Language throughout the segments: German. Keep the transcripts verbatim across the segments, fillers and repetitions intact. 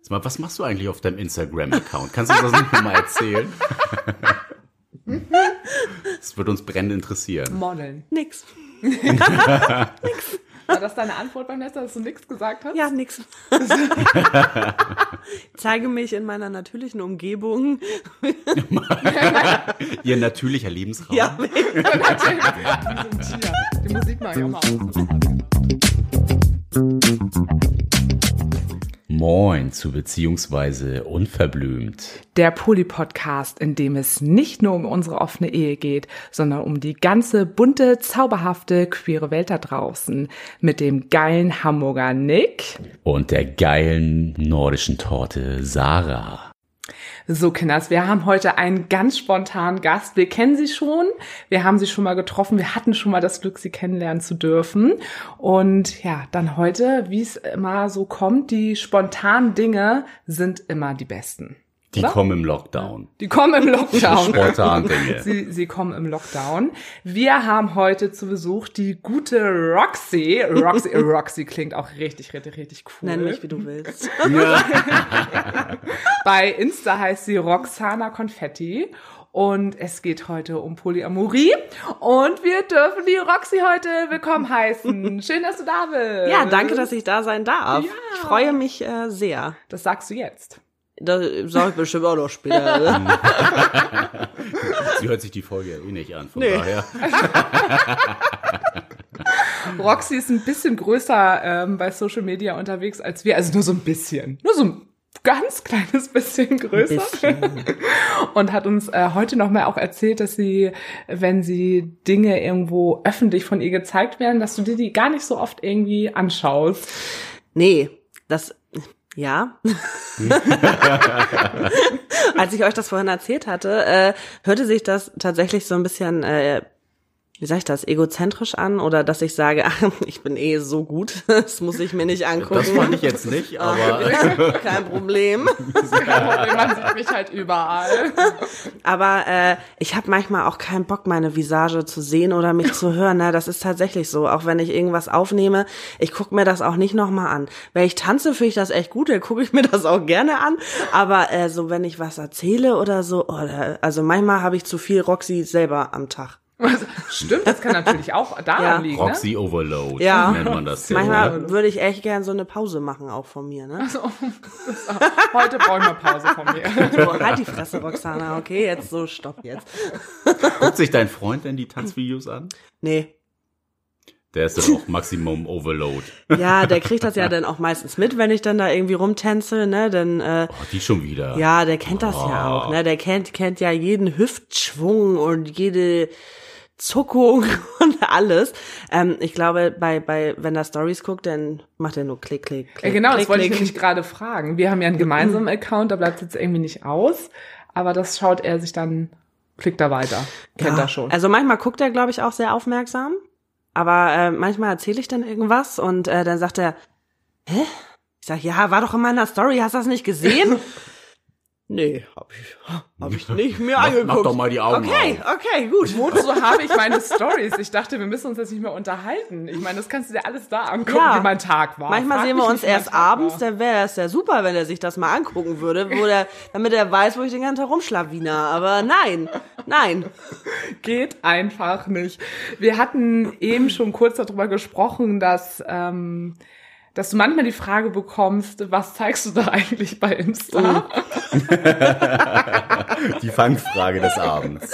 Sag mal, was machst du eigentlich auf deinem Instagram-Account? Kannst du uns das nicht nochmal erzählen? Das wird uns brennend interessieren. Modeln. Nix. Nix. War das deine Antwort beim letzten Mal, dass du nichts gesagt hast? Ja, nix. Ich zeige mich in meiner natürlichen Umgebung. Ihr natürlicher Lebensraum. Ja, Die sind Tier. Die Musik mache ich auch mal aus. Moin zu beziehungsweise unverblümt. Der Poly-Podcast, in dem es nicht nur um unsere offene Ehe geht, sondern um die ganze bunte, zauberhafte, queere Welt da draußen. Mit dem geilen Hamburger Nick. Und der geilen nordischen Torte Sarah. So, Kinders, wir haben heute einen ganz spontanen Gast. Wir kennen sie schon, wir haben sie schon mal getroffen, wir hatten schon mal das Glück, sie kennenlernen zu dürfen. Und ja, dann heute, wie es immer so kommt, die spontanen Dinge sind immer die besten. Die Oder? kommen im Lockdown. Die kommen im Lockdown. Spontan Dinge. Sie, sie kommen im Lockdown. Wir haben heute zu Besuch die gute Roxy. Roxy, Roxy klingt auch richtig, richtig, richtig cool. nenn mich, wie du willst. Ja. Bei Insta heißt sie Roxana Confetti. Und es geht heute um Polyamorie. Und wir dürfen die Roxy heute willkommen heißen. Schön, dass du da bist. Ja, danke, dass ich da sein darf. Ja. Ich freue mich äh, sehr. Das sagst du jetzt. Das sag ich bestimmt auch noch später. Ne? Sie hört sich die Folge ja eh nicht an, von Nee. daher. Roxy ist ein bisschen größer ähm, bei Social Media unterwegs als wir. Also nur so ein bisschen. Nur so ein ganz kleines bisschen größer. Bisschen. Und hat uns äh, heute nochmal auch erzählt, dass sie, wenn sie Dinge irgendwo öffentlich von ihr gezeigt werden, dass du dir die gar nicht so oft irgendwie anschaust. Nee, das... Ja. Als ich euch das vorhin erzählt hatte, äh, hörte sich das tatsächlich so ein bisschen, äh, wie sag ich das, egozentrisch an oder dass ich sage, ach, ich bin eh so gut, das muss ich mir nicht angucken. Das fand ich jetzt nicht, aber Kein Problem. Man sieht mich halt überall. Aber äh, ich habe manchmal auch keinen Bock, meine Visage zu sehen oder mich zu hören. Ne? Das ist tatsächlich so. Auch wenn ich irgendwas aufnehme, ich gucke mir das auch nicht nochmal an. Wenn ich tanze, finde ich das echt gut, dann gucke ich mir das auch gerne an. Aber äh, so, wenn ich was erzähle oder so, oh, da, also manchmal habe ich zu viel Roxy selber am Tag. Also, stimmt, das kann natürlich auch daran Ja. liegen. Roxy Overload Ja. nennt man das. ja, Manchmal oder? würde ich echt gern so eine Pause machen, auch von mir. Ne? Also, heute brauche ich mal Pause von mir. So, halt die Fresse, Roxana, okay? Jetzt so, stopp jetzt. Guckt sich dein Freund denn die Tanzvideos an? Nee. Der ist dann auch Maximum Overload. Ja, der kriegt das ja dann auch meistens mit, wenn ich dann da irgendwie rumtänzel, ne? Dann, äh, Oh, die schon wieder. ja, der kennt das ja auch, ne? Der kennt, kennt ja jeden Hüftschwung und jede Zuckung und alles. Ähm, ich glaube, bei, bei, wenn er Stories guckt, dann macht er nur Klick, Klick, Klick. Ja, genau, das Klick, wollte ich Klick. nämlich gerade fragen. Wir haben ja einen gemeinsamen Account, da bleibt es jetzt irgendwie nicht aus. Aber das schaut er sich dann, klickt er weiter. Kennt Ja, er schon. Also manchmal guckt er, glaube ich, auch sehr aufmerksam. Aber äh, manchmal erzähle ich dann irgendwas und äh, dann sagt er, hä? Ich sag, ja, war doch in meiner Story, hast du das nicht gesehen? Nee, hab ich, hab ich nicht mir Mach- angeguckt. mach doch mal die Augen Okay, okay, gut. Wozu habe ich meine Stories? Ich dachte, wir müssen uns jetzt nicht mehr unterhalten. Ich meine, das kannst du dir alles da angucken, Ja. wie mein Tag war. Manchmal Frag sehen mich wir nicht, uns wie mein erst Tag war. abends, dann wäre es ja super, wenn er sich das mal angucken würde, wo der, damit er weiß, wo ich den ganzen Tag rumschlawiner. Aber nein, nein. Geht einfach nicht. Wir hatten eben schon kurz darüber gesprochen, dass, ähm, dass du manchmal die Frage bekommst, was zeigst du da eigentlich bei Insta? Die Fangfrage des Abends.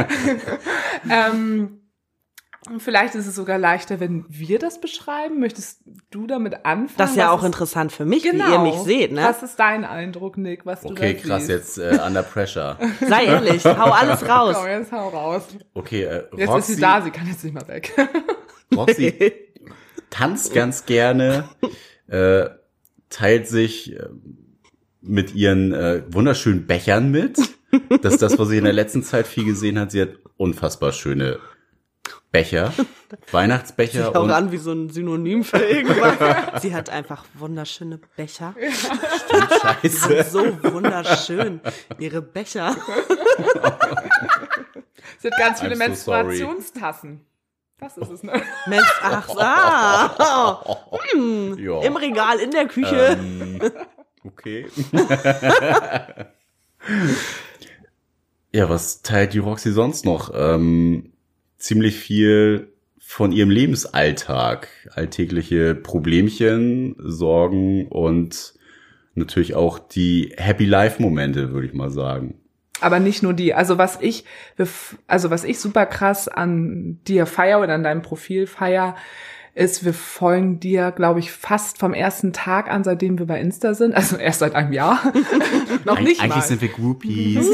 ähm, vielleicht ist es sogar leichter, wenn wir das beschreiben. Möchtest du damit anfangen? Das ist ja Was auch ist, interessant für mich, genau, wie ihr mich seht, ne? Was ist dein Eindruck, Nick, was du Okay, da krass, siehst? jetzt äh, under pressure. Sei ehrlich, hau alles raus. Komm, jetzt hau raus. Okay, äh, Jetzt Roxy, ist sie da, sie kann jetzt nicht mehr weg. Roxy tanzt ganz gerne, äh, teilt sich äh, mit ihren äh, wunderschönen Bechern mit. Das ist das, was sie in der letzten Zeit viel gesehen hat. Sie hat unfassbar schöne Becher, Weihnachtsbecher Sieht auch und an wie so ein Synonym für irgendwas. Sie hat einfach wunderschöne Becher. Scheiße. So wunderschön. Ihre Becher. Sie hat ganz viele I'm so sorry. Menstruationstassen. Das ist es, ne? Mensch, ach, ah. Hm, Ja. im Regal, in der Küche. Ähm, Okay. Ja, was teilt die Roxy sonst noch? Ähm, ziemlich viel von ihrem Lebensalltag. Alltägliche Problemchen, Sorgen und natürlich auch die Happy-Life-Momente, würde ich mal sagen. Aber nicht nur die. Also was ich, also was ich super krass an dir feier oder an deinem Profil feier, ist, wir folgen dir, glaube ich, fast vom ersten Tag an, seitdem wir bei Insta sind. Also erst seit einem Jahr. Noch Eig nicht Eigentlich mal. sind wir Groupies.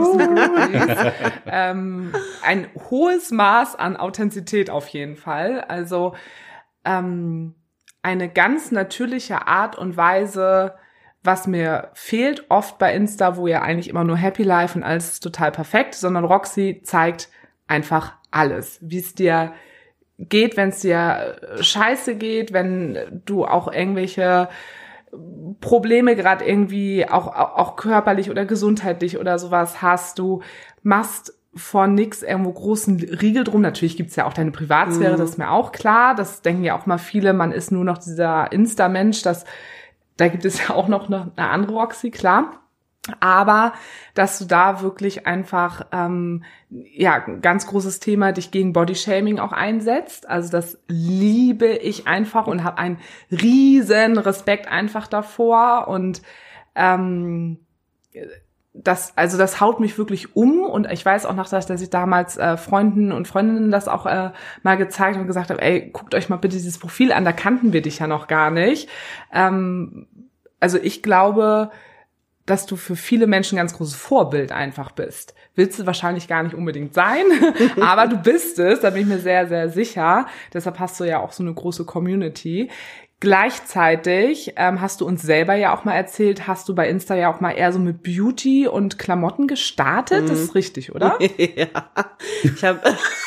ähm, ein hohes Maß an Authentizität auf jeden Fall. Also ähm, eine ganz natürliche Art und Weise, was mir fehlt oft bei Insta, wo ja eigentlich immer nur Happy Life und alles ist total perfekt, sondern Roxy zeigt einfach alles, wie es dir geht, wenn es dir scheiße geht, wenn du auch irgendwelche Probleme gerade irgendwie auch, auch auch körperlich oder gesundheitlich oder sowas hast. Du machst von nix irgendwo großen Riegel drum. Natürlich gibt's ja auch deine Privatsphäre, mhm. das ist mir auch klar. Das denken ja auch mal viele, man ist nur noch dieser Insta-Mensch. Das, da gibt es ja auch noch eine, eine andere Roxy, klar. Aber dass du da wirklich einfach, ähm, ja, ganz großes Thema, dich gegen Bodyshaming auch einsetzt. Also das liebe ich einfach und habe einen riesen Respekt einfach davor. Und ähm, das, also das haut mich wirklich um. Und ich weiß auch noch, dass, dass ich damals äh, Freunden und Freundinnen das auch äh, mal gezeigt und gesagt habe, ey, guckt euch mal bitte dieses Profil an, da kannten wir dich ja noch gar nicht. Ähm, also ich glaube, dass du für viele Menschen ein ganz großes Vorbild einfach bist. Willst du wahrscheinlich gar nicht unbedingt sein, aber du bist es, da bin ich mir sehr, sehr sicher. Deshalb hast du ja auch so eine große Community. Gleichzeitig ähm, hast du uns selber ja auch mal erzählt, hast du bei Insta ja auch mal eher so mit Beauty und Klamotten gestartet. Mhm. Das ist richtig, oder? Ja, ich habe...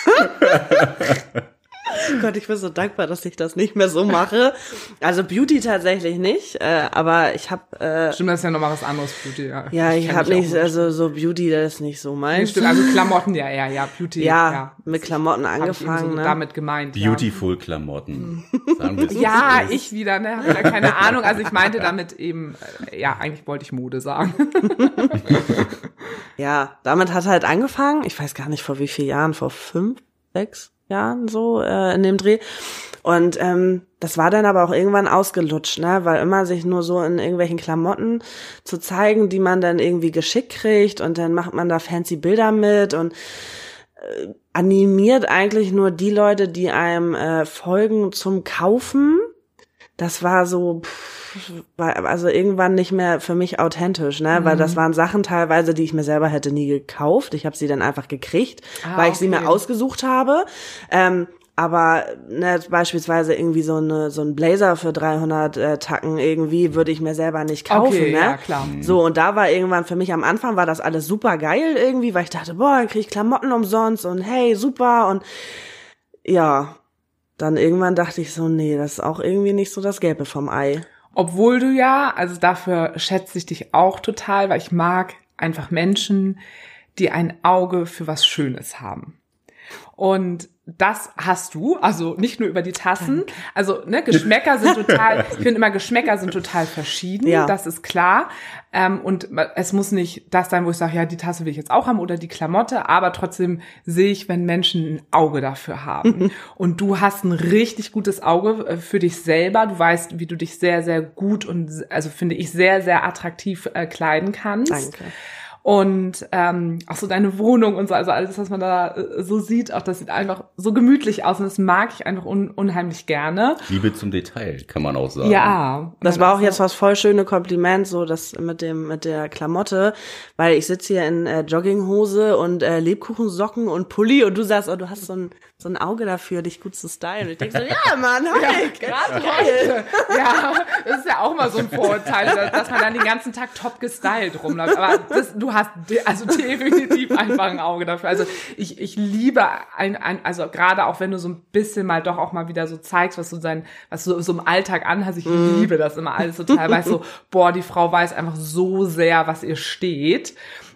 Gott, ich bin so dankbar, dass ich das nicht mehr so mache. Also Beauty tatsächlich nicht, äh, aber ich habe... Äh, Stimmt, das ist ja nochmal was anderes, Beauty. Ja, ja ich, ich habe nicht, also so Beauty, das ist nicht so meins. Stimmt, also Klamotten, ja, ja, ja, Beauty. Ja, ja. mit Klamotten angefangen. So ne? damit gemeint, Beautiful ja. Klamotten. Sagen wir ja, so ich wieder, ne, hab wieder keine Ahnung. Also ich meinte damit eben, äh, ja, eigentlich wollte ich Mode sagen. Ja, damit hat halt angefangen. Ich weiß gar nicht, vor wie vielen Jahren, vor fünf, sechs Jahren so äh, in dem Dreh. Und ähm, das war dann aber auch irgendwann ausgelutscht, ne, weil immer sich nur so in irgendwelchen Klamotten zu zeigen, die man dann irgendwie geschickt kriegt und dann macht man da fancy Bilder mit und äh, animiert eigentlich nur die Leute, die einem äh, folgen zum Kaufen. Das war so, pff, war also irgendwann nicht mehr für mich authentisch, ne, mhm. weil das waren Sachen teilweise, die ich mir selber hätte nie gekauft. Ich habe sie dann einfach gekriegt, ah, weil ich okay. sie mir ausgesucht habe. Ähm, aber ne, beispielsweise irgendwie so eine so ein Blazer für dreihundert äh, Tacken irgendwie würde ich mir selber nicht kaufen, okay, ne? Ja, klar. So, und da war irgendwann für mich am Anfang war das alles super geil irgendwie, weil ich dachte, boah, dann krieg ich Klamotten umsonst und hey, super und ja, dann irgendwann dachte ich so, nee, das ist auch irgendwie nicht so das Gelbe vom Ei. Obwohl du ja, also dafür schätze ich dich auch total, weil ich mag einfach Menschen, die ein Auge für was Schönes haben. Und das hast du, also nicht nur über die Tassen, also ne, Geschmäcker sind total, ich finde immer Geschmäcker sind total verschieden, ja. Das ist klar. Ähm, und es muss nicht das sein, wo ich sage, ja, die Tasse will ich jetzt auch haben oder die Klamotte, aber trotzdem sehe ich, wenn Menschen ein Auge dafür haben. Und du hast ein richtig gutes Auge für dich selber. Du weißt, wie du dich sehr, sehr gut und, also finde ich, sehr, sehr attraktiv äh, kleiden kannst. Danke. Und ähm, auch so deine Wohnung und so, also alles, was man da äh, so sieht, auch das sieht einfach so gemütlich aus und das mag ich einfach un- unheimlich gerne. Liebe zum Detail, kann man auch sagen. Ja. Das war auch jetzt was voll schöne Kompliment, so das mit dem mit der Klamotte, weil ich sitze hier in äh, Jogginghose und äh, Lebkuchensocken und Pulli und du sagst, oh, du hast so ein so ein Auge dafür, dich gut zu stylen. Und ich denke so, ja, Mann, hi, ja, gerade heute. Ja, das ist ja auch mal so ein Vorurteil, dass man dann den ganzen Tag top gestylt rumläuft. Aber das, du hast de- also definitiv einfach ein Auge dafür. Also ich ich liebe ein, ein also gerade auch wenn du so ein bisschen mal doch auch mal wieder so zeigst, was du sein, was du so im Alltag anhast. Ich mm. liebe das immer alles total. Weißt so, boah, die Frau weiß einfach so sehr, was ihr steht.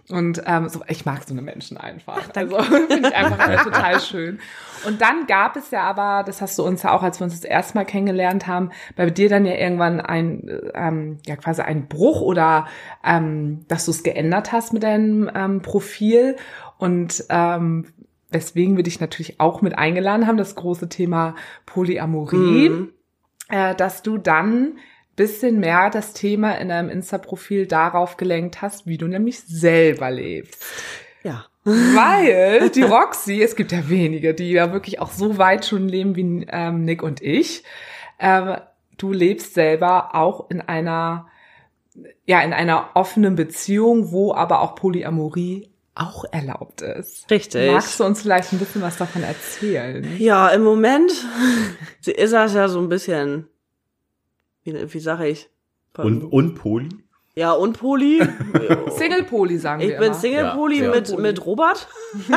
Und ähm, so, ich mag so eine Menschen einfach. Also finde ich einfach alle total schön. Und dann gab es ja aber, das hast du uns ja auch, als wir uns das erste Mal kennengelernt haben, bei dir dann ja irgendwann ein, ähm, ja quasi ein Bruch oder ähm, dass du es geändert hast mit deinem ähm, Profil. Und ähm, weswegen wir dich natürlich auch mit eingeladen haben, das große Thema Polyamorie, mhm. äh, dass du dann bisschen mehr das Thema in deinem Insta-Profil darauf gelenkt hast, wie du nämlich selber lebst. Ja. Weil die Roxy, es gibt ja wenige, die ja wirklich auch so weit schon leben wie ähm, Nick und ich. Ähm, du lebst selber auch in einer, ja, in einer offenen Beziehung, wo aber auch Polyamorie auch erlaubt ist. Richtig. Magst du uns vielleicht ein bisschen was davon erzählen? Ja, im Moment ist das ja so ein bisschen, wie, wie sage ich? Und, und Poli? Ja, und Poli. Single-Poli sagen ich wir Ich bin immer. Single-Poli ja, mit, ja. mit Robert.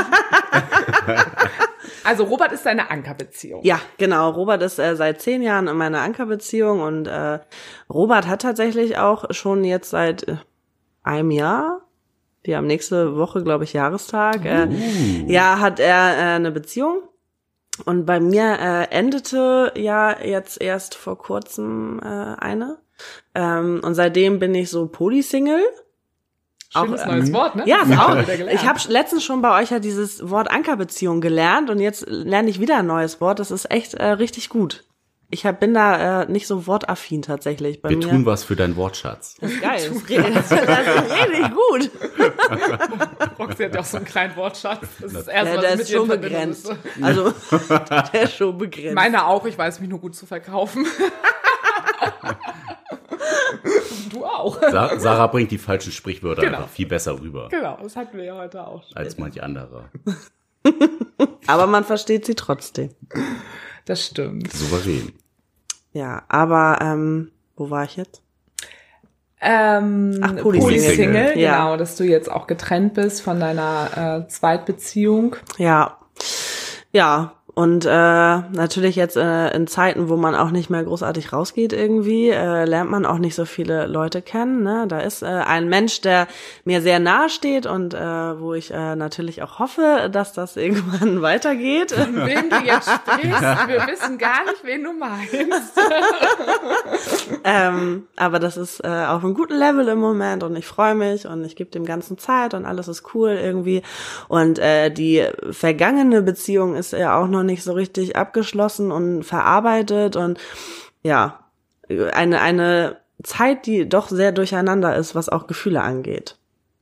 Also Robert ist deine Ankerbeziehung. Ja, genau. Robert ist äh, seit zehn Jahren in meiner Ankerbeziehung und äh, Robert hat tatsächlich auch schon jetzt seit äh, einem Jahr, die haben nächste Woche, glaube ich, Jahrestag, äh, uh. ja, hat er äh, eine Beziehung. Und bei mir äh, endete ja jetzt erst vor kurzem äh, eine. Ähm, und seitdem bin ich so Poly-Single. Schönes auch, neues ähm, Wort, ne? Ja, ist auch. Ich habe letztens schon bei euch ja dieses Wort Ankerbeziehung gelernt und jetzt lerne ich wieder ein neues Wort. Das ist echt äh, richtig gut. Ich hab, bin da äh, nicht so wortaffin tatsächlich. Bei Wir mir. tun was für deinen Wortschatz. Das ist geil. Das, geht, das, das ist richtig gut. Roxy hat ja auch so einen kleinen Wortschatz. Das ist erst, ja, was der mit ist schon begrenzt. Also, der ist schon begrenzt. Meiner auch. Ich weiß mich nur gut zu verkaufen. Du auch. Sa- Sarah bringt die falschen Sprichwörter Genau. einfach viel besser rüber. Genau, das hatten wir ja heute auch schon. Als manch anderer. Aber man versteht sie trotzdem. Das stimmt. Souverän. Ja, aber ähm, wo war ich jetzt? Ähm, Ach, Poly-Single, Poly-Single. genau, Ja. dass du jetzt auch getrennt bist von deiner äh, Zweitbeziehung. Ja, ja. Und äh, natürlich jetzt äh, in Zeiten, wo man auch nicht mehr großartig rausgeht irgendwie, äh, lernt man auch nicht so viele Leute kennen. Ne? Da ist äh, ein Mensch, der mir sehr nahe steht und äh, wo ich äh, natürlich auch hoffe, dass das irgendwann weitergeht. Von wem du jetzt sprichst, wir wissen gar nicht, wen du meinst. ähm, aber das ist äh, auf einem guten Level im Moment und ich freue mich und ich gebe dem Ganzen Zeit und alles ist cool irgendwie. Und äh, die vergangene Beziehung ist ja auch noch nicht so richtig abgeschlossen und verarbeitet und ja, eine eine Zeit, die doch sehr durcheinander ist, was auch Gefühle angeht.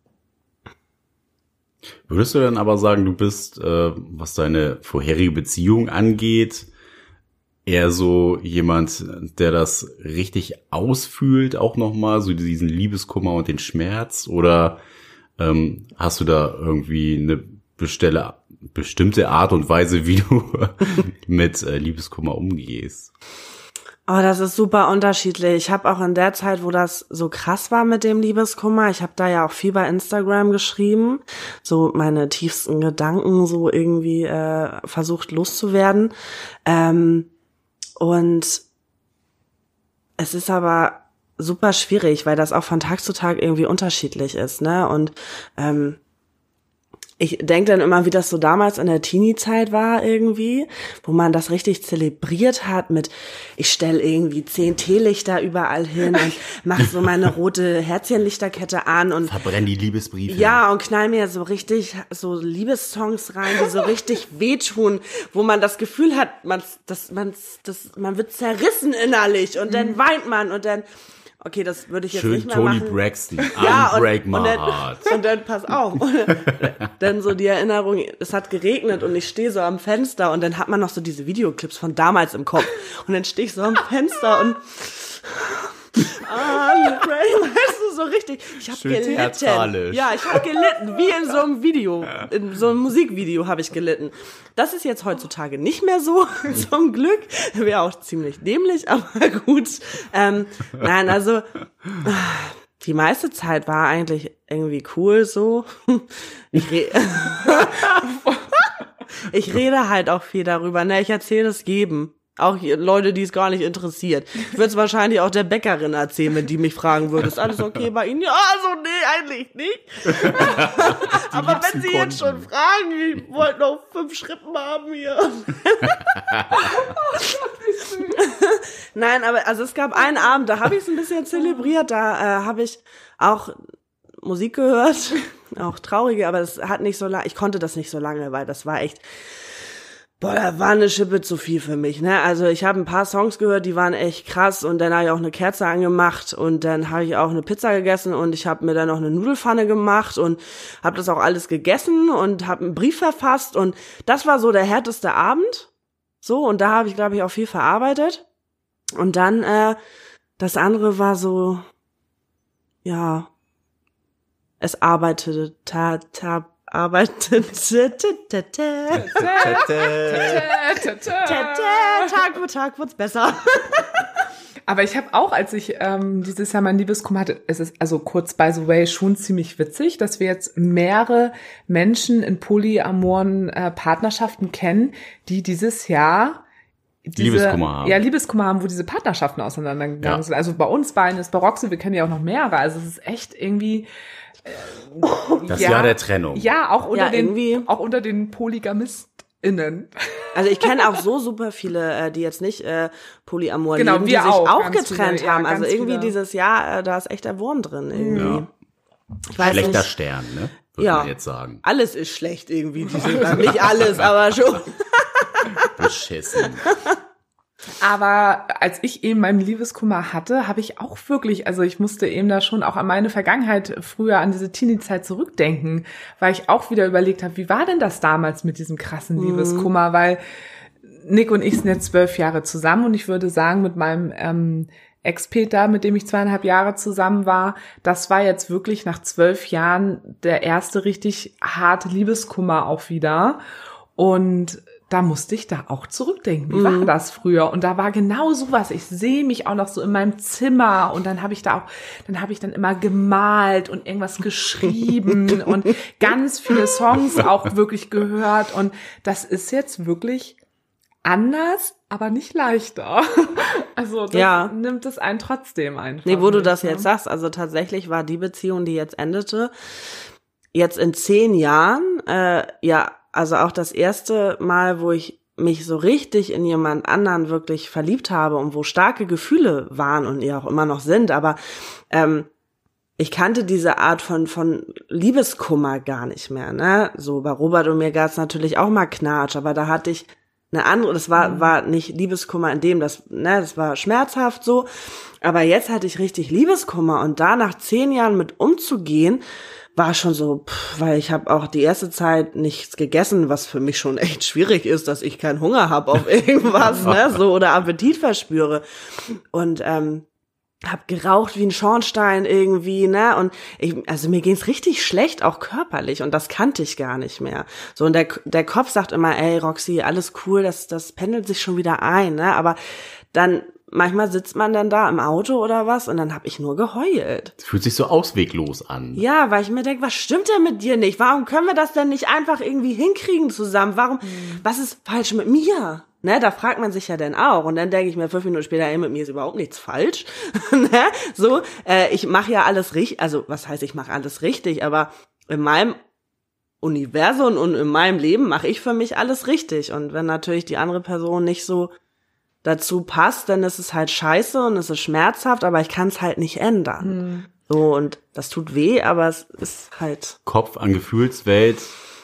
Würdest du dann aber sagen, du bist, äh, was deine vorherige Beziehung angeht, eher so jemand, der das richtig ausfühlt, auch nochmal, so diesen Liebeskummer und den Schmerz? Oder ähm, hast du da irgendwie eine bestelle, bestimmte Art und Weise, wie du mit äh, Liebeskummer umgehst? Oh, das ist super unterschiedlich. Ich habe auch in der Zeit, wo das so krass war mit dem Liebeskummer, ich habe da ja auch viel bei Instagram geschrieben, so meine tiefsten Gedanken so irgendwie äh, versucht loszuwerden. Ähm, und es ist aber super schwierig, weil das auch von Tag zu Tag irgendwie unterschiedlich ist, ne? Und ähm, ich denke dann immer, wie das so damals in der Teenie-Zeit war irgendwie, wo man das richtig zelebriert hat mit, ich stelle irgendwie zehn Teelichter überall hin und mache so meine rote Herzchenlichterkette an und verbrenn die Liebesbriefe. Ja, und knall mir so richtig so Liebessongs rein, die so richtig wehtun, wo man das Gefühl hat, man, das, man, das, man wird zerrissen innerlich und dann weint man und dann okay, das würde ich jetzt Schön nicht mehr Toni machen. Braxton, ja, Unbreak und, My und dann, Heart. Und dann, pass auf, und dann so die Erinnerung, es hat geregnet und ich stehe so am Fenster und dann hat man noch so diese Videoclips von damals im Kopf. Und dann stehe ich so am Fenster und Unbreak, weißt du, so richtig, ich habe gelitten. Theatralisch. Ja, ich habe gelitten, wie in so einem Video, in so einem Musikvideo habe ich gelitten. Das ist jetzt heutzutage nicht mehr so, zum Glück. Wäre auch ziemlich dämlich, aber gut. Ähm, nein, also die meiste Zeit war eigentlich irgendwie cool so. Ich, re ich rede halt auch viel darüber, ne? Ich erzähle das jedem. auch Leute, die es gar nicht interessiert. Ich würde es wahrscheinlich auch der Bäckerin erzählen, wenn die mich fragen würde, ist alles okay bei Ihnen? Ja, also nee, eigentlich nicht. Aber wenn Sie jetzt schon fragen, ich wollte noch fünf Schrippen haben hier. Nein, aber also es gab einen Abend, da habe ich es ein bisschen zelebriert, da äh, habe ich auch Musik gehört, auch traurige, aber das hat nicht so lange, ich konnte das nicht so lange, weil das war echt, boah, da war eine Schippe zu viel für mich, ne? Also ich habe ein paar Songs gehört, die waren echt krass und dann habe ich auch eine Kerze angemacht und dann habe ich auch eine Pizza gegessen und ich habe mir dann noch eine Nudelpfanne gemacht und habe das auch alles gegessen und habe einen Brief verfasst und das war so der härteste Abend, so, und da habe ich, glaube ich, auch viel verarbeitet und dann, äh, das andere war so, ja, es arbeitete, ta, ta, arbeitete, ta, ta, ta, Tag für Tag wird's besser. Aber ich habe auch, als ich ähm, dieses Jahr mein Liebeskummer hatte, es ist also kurz by the way schon ziemlich witzig, dass wir jetzt mehrere Menschen in polyamoren äh, Partnerschaften kennen, die dieses Jahr diese, Liebeskummer haben. Ja, Liebeskummer haben, wo diese Partnerschaften auseinandergegangen Ja. sind. Also bei uns beiden ist bei Roxy, wir kennen ja auch noch mehrere. Also es ist echt irgendwie Das ja, Jahr der Trennung. Ja, auch unter Ja, den irgendwie. auch unter den PolygamistInnen. Also ich kenne auch so super viele, äh, die jetzt nicht äh, Polyamor Genau, leben, die wir sich auch, auch ganz getrennt viele, ja, haben. Also ganz irgendwie viele. dieses Jahr, äh, da ist echt der Wurm drin irgendwie. Ja. Ich weiß Schlechter nicht. Stern, ne? Würde Ja. man jetzt sagen. Alles ist schlecht irgendwie. Diese, nicht alles, aber schon. Beschissen. Aber als ich eben meinen Liebeskummer hatte, habe ich auch wirklich, also ich musste eben da schon auch an meine Vergangenheit früher, an diese Teenie-Zeit zurückdenken, weil ich auch wieder überlegt habe, wie war denn das damals mit diesem krassen Liebeskummer, weil Nick und ich sind jetzt zwölf Jahre zusammen und ich würde sagen, mit meinem ähm, Ex-Peter, mit dem ich zweieinhalb Jahre zusammen war, das war jetzt wirklich nach zwölf Jahren der erste richtig harte Liebeskummer auch wieder. Und da musste ich da auch zurückdenken. Wie war das früher? Und da war genau sowas. Ich sehe mich auch noch so in meinem Zimmer und dann habe ich da auch, dann habe ich dann immer gemalt und irgendwas geschrieben und ganz viele Songs auch wirklich gehört. Und das ist jetzt wirklich anders, aber nicht leichter. Also das Ja. nimmt es einen trotzdem einfach. Nee, wo du mit, das ne? jetzt sagst, also tatsächlich war die Beziehung, die jetzt endete, jetzt in zehn Jahren, äh, ja, also auch das erste Mal, wo ich mich so richtig in jemand anderen wirklich verliebt habe und wo starke Gefühle waren und ja auch immer noch sind, aber ähm, ich kannte diese Art von von Liebeskummer gar nicht mehr, ne? So bei Robert und mir gab's natürlich auch mal Knatsch, aber da hatte ich eine andere, das war war nicht Liebeskummer in dem, das ne, das war schmerzhaft so, aber jetzt hatte ich richtig Liebeskummer und da nach zehn Jahren mit umzugehen, war schon so, pff, weil ich habe auch die erste Zeit nichts gegessen, was für mich schon echt schwierig ist, dass ich keinen Hunger habe auf irgendwas, ne, so oder Appetit verspüre und ähm, hab geraucht wie ein Schornstein irgendwie, ne, und ich, also mir ging's richtig schlecht, auch körperlich, und das kannte ich gar nicht mehr. So, und der der Kopf sagt immer, ey Roxy, alles cool, das das pendelt sich schon wieder ein, ne, aber dann manchmal sitzt man dann da im Auto oder was und dann hab ich nur geheult. Es fühlt sich so ausweglos an. Ja, weil ich mir denke, was stimmt denn mit dir nicht? Warum können wir das denn nicht einfach irgendwie hinkriegen zusammen? Warum, mhm. was ist falsch mit mir? Ne, da fragt man sich ja dann auch. Und dann denke ich mir fünf Minuten später, ey, mit mir ist überhaupt nichts falsch. ne? So, äh, ich mache ja alles richtig, also was heißt, ich mache alles richtig, aber in meinem Universum und in meinem Leben mache ich für mich alles richtig. Und wenn natürlich die andere Person nicht so dazu passt, dann ist es halt scheiße und es ist schmerzhaft, aber ich kann es halt nicht ändern. Hm. So, und das tut weh, aber es ist halt... Kopf an Gefühlswelt,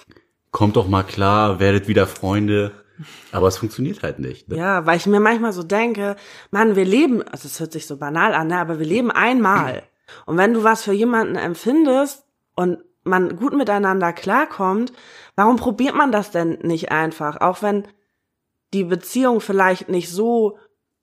kommt doch mal klar, werdet wieder Freunde, aber es funktioniert halt nicht. Ne? Ja, weil ich mir manchmal so denke, Mann, wir leben, also es hört sich so banal an, ne, aber wir leben einmal. Und wenn du was für jemanden empfindest und man gut miteinander klarkommt, warum probiert man das denn nicht einfach? Auch wenn die Beziehung vielleicht nicht so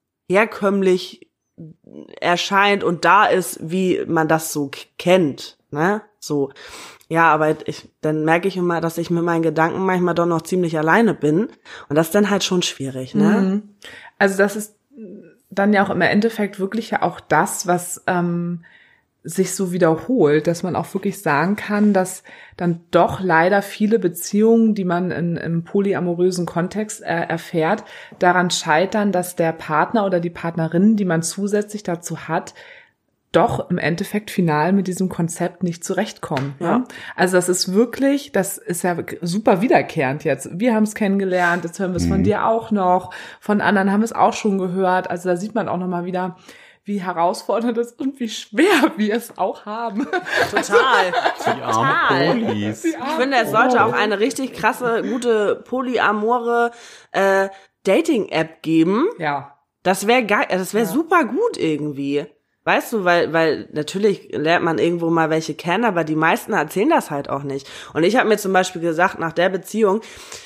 herkömmlich erscheint und da ist, wie man das so k- kennt, ne? So. Ja, aber ich, dann merke ich immer, dass ich mit meinen Gedanken manchmal doch noch ziemlich alleine bin. Und das ist dann halt schon schwierig, ne? Mhm. Also das ist dann ja auch im Endeffekt wirklich ja auch das, was ähm, sich so wiederholt, dass man auch wirklich sagen kann, dass dann doch leider viele Beziehungen, die man in, im polyamorösen Kontext äh, erfährt, daran scheitern, dass der Partner oder die Partnerin, die man zusätzlich dazu hat, doch im Endeffekt final mit diesem Konzept nicht zurechtkommen. Ja. Ja? Also das ist wirklich, das ist ja super wiederkehrend jetzt. Wir haben es kennengelernt, jetzt hören wir es mhm. von dir auch noch, von anderen haben wir es auch schon gehört. Also da sieht man auch nochmal wieder, wie herausfordernd es ist und wie schwer wir es auch haben. Total. Die armen Polis. Ich finde, es sollte auch eine richtig krasse, gute polyamore äh, Dating-App geben. Ja. Das wäre geil, das wäre ja. super gut irgendwie. Weißt du, weil weil natürlich lernt man irgendwo mal welche kennen, aber die meisten erzählen das halt auch nicht. Und ich habe mir zum Beispiel gesagt, nach der Beziehung,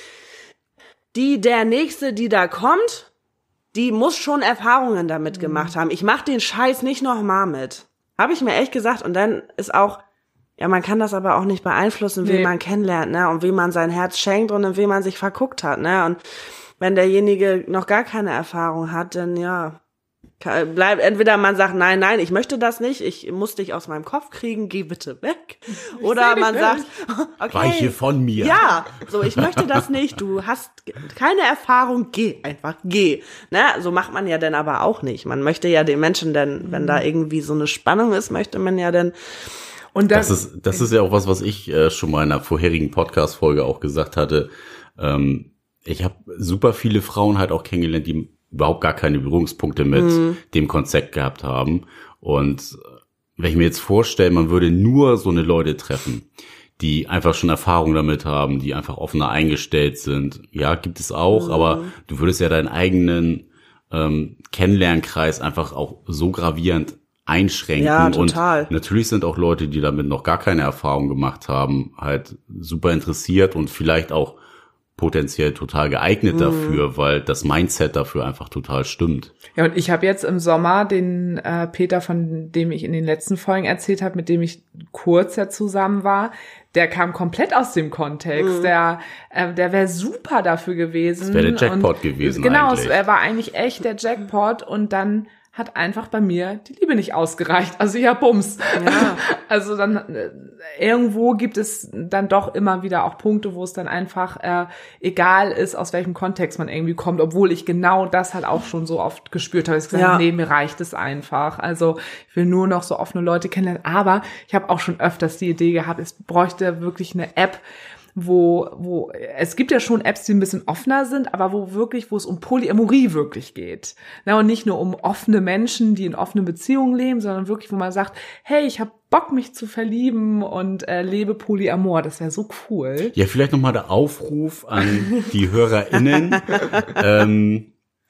die der Nächste, die da kommt, die muss schon Erfahrungen damit gemacht haben. Ich mach den Scheiß nicht nochmal mit. Habe ich mir echt gesagt. Und dann ist auch, ja, man kann das aber auch nicht beeinflussen, wen nee. man kennenlernt, ne, und wem man sein Herz schenkt und in wem man sich verguckt hat, ne. Und wenn derjenige noch gar keine Erfahrung hat, dann ja, bleibt entweder man sagt, nein, nein, ich möchte das nicht, ich muss dich aus meinem Kopf kriegen, geh bitte weg. Ich Oder man sagt, okay, weiche von mir. Ja, so, ich möchte das nicht, du hast keine Erfahrung, geh einfach, geh. Ne, so macht man ja dann aber auch nicht. Man möchte ja den Menschen dann, wenn da irgendwie so eine Spannung ist, möchte man ja dann. Und das, das ist, das ist ja auch was, was ich äh, schon mal in einer vorherigen Podcast-Folge auch gesagt hatte. Ähm, ich habe super viele Frauen halt auch kennengelernt, die überhaupt gar keine Berührungspunkte mit mhm. dem Konzept gehabt haben. Und wenn ich mir jetzt vorstelle, man würde nur so eine Leute treffen, die einfach schon Erfahrung damit haben, die einfach offener eingestellt sind. Ja, gibt es auch, mhm. aber du würdest ja deinen eigenen ähm, Kennenlernkreis einfach auch so gravierend einschränken. Ja, total. Und natürlich sind auch Leute, die damit noch gar keine Erfahrung gemacht haben, halt super interessiert und vielleicht auch potenziell total geeignet mhm. dafür, weil das Mindset dafür einfach total stimmt. Ja, und ich habe jetzt im Sommer den äh, Peter, von dem ich in den letzten Folgen erzählt habe, mit dem ich kurz ja zusammen war, der kam komplett aus dem Kontext. Mhm. Der äh, der wäre super dafür gewesen. Das wäre der Jackpot und, gewesen genau, eigentlich. Genau, er war eigentlich echt der Jackpot und dann hat einfach bei mir die Liebe nicht ausgereicht. Also ja, Bums. Ja. Also dann äh, irgendwo gibt es dann doch immer wieder auch Punkte, wo es dann einfach äh, egal ist, aus welchem Kontext man irgendwie kommt, obwohl ich genau das halt auch schon so oft gespürt habe. Ich gesagt, ja. nee, mir reicht es einfach. Also ich will nur noch so offene Leute kennenlernen. Aber ich habe auch schon öfters die Idee gehabt, es bräuchte wirklich eine App, wo, wo, es gibt ja schon Apps, die ein bisschen offener sind, aber wo wirklich, wo es um Polyamorie wirklich geht. Na, und nicht nur um offene Menschen, die in offenen Beziehungen leben, sondern wirklich, wo man sagt, hey, ich habe Bock, mich zu verlieben und äh, lebe Polyamor. Das wäre so cool. Ja, vielleicht nochmal der Aufruf an die HörerInnen, ähm,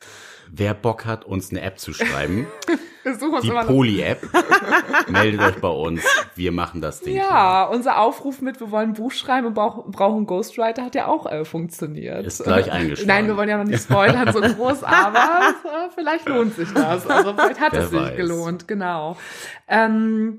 wer Bock hat, uns eine App zu schreiben. Die Poly-App. Meldet euch bei uns. Wir machen das Ding. Ja, klar. Unser Aufruf mit, wir wollen ein Buch schreiben und brauchen einen Ghostwriter, hat ja auch äh, funktioniert. Ist gleich eingeschlagen. Nein, wir wollen ja noch nicht spoilern, so groß, aber äh, vielleicht lohnt sich das. Also vielleicht hat Wer es sich weiß. gelohnt, genau. Ähm,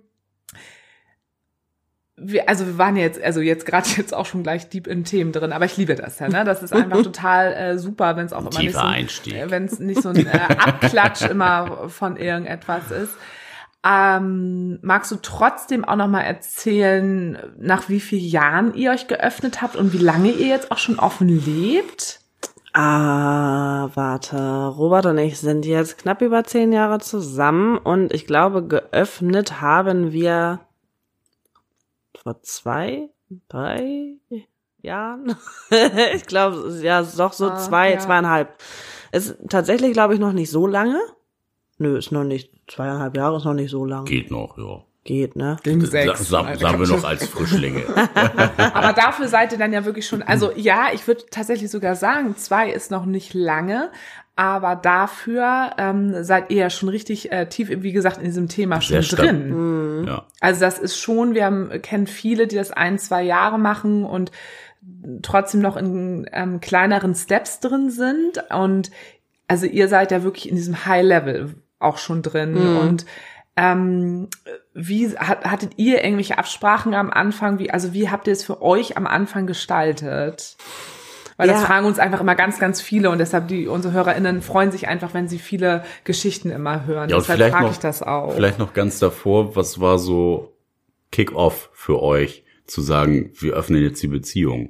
Wir, also wir waren jetzt, also jetzt gerade jetzt auch schon gleich deep in Themen drin, aber ich liebe das ja, ne? Das ist einfach total äh, super, wenn es auch immer nicht so, äh, wenn es nicht so ein äh, Abklatsch immer von irgendetwas ist. Ähm, magst du trotzdem auch noch mal erzählen, nach wie vielen Jahren ihr euch geöffnet habt und wie lange ihr jetzt auch schon offen lebt? Ah, warte. Robert und ich sind jetzt knapp über zehn Jahre zusammen und ich glaube, geöffnet haben wir vor zwei, drei Jahren. Ich glaube, ja, doch so ah, zwei, ja. zweieinhalb. Ist tatsächlich, glaube ich, noch nicht so lange. Nö, ist noch nicht, zweieinhalb Jahre ist noch nicht so lange. Geht noch, ja. Geht, ne? Gegen sechs. Sa sa sagen wir noch als Frischlinge. Aber dafür seid ihr dann ja wirklich schon, also ja, ich würde tatsächlich sogar sagen, zwei ist noch nicht lange, aber dafür ähm, seid ihr ja schon richtig äh, tief, wie gesagt, in diesem Thema schon Sehr drin. Mhm. Ja. Also das ist schon, wir haben, kennen viele, die das ein, zwei Jahre machen und trotzdem noch in ähm, kleineren Steps drin sind. Und also ihr seid ja wirklich in diesem High-Level auch schon drin. Mhm. Und ähm, wie hat, hattet ihr irgendwelche Absprachen am Anfang? Wie, also wie habt ihr es für euch am Anfang gestaltet? Weil Ja. das fragen uns einfach immer ganz, ganz viele und deshalb die unsere HörerInnen freuen sich einfach, wenn sie viele Geschichten immer hören. Ja, und deshalb vielleicht frage noch, ich das auch. vielleicht noch ganz davor, was war so Kick-Off für euch, zu sagen, wir öffnen jetzt die Beziehung?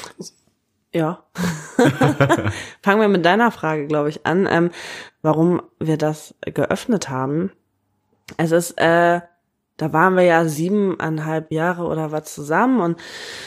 Ja. Fangen wir mit deiner Frage, glaube ich, an, ähm, warum wir das geöffnet haben. Es ist, äh, da waren wir ja siebeneinhalb Jahre oder was zusammen und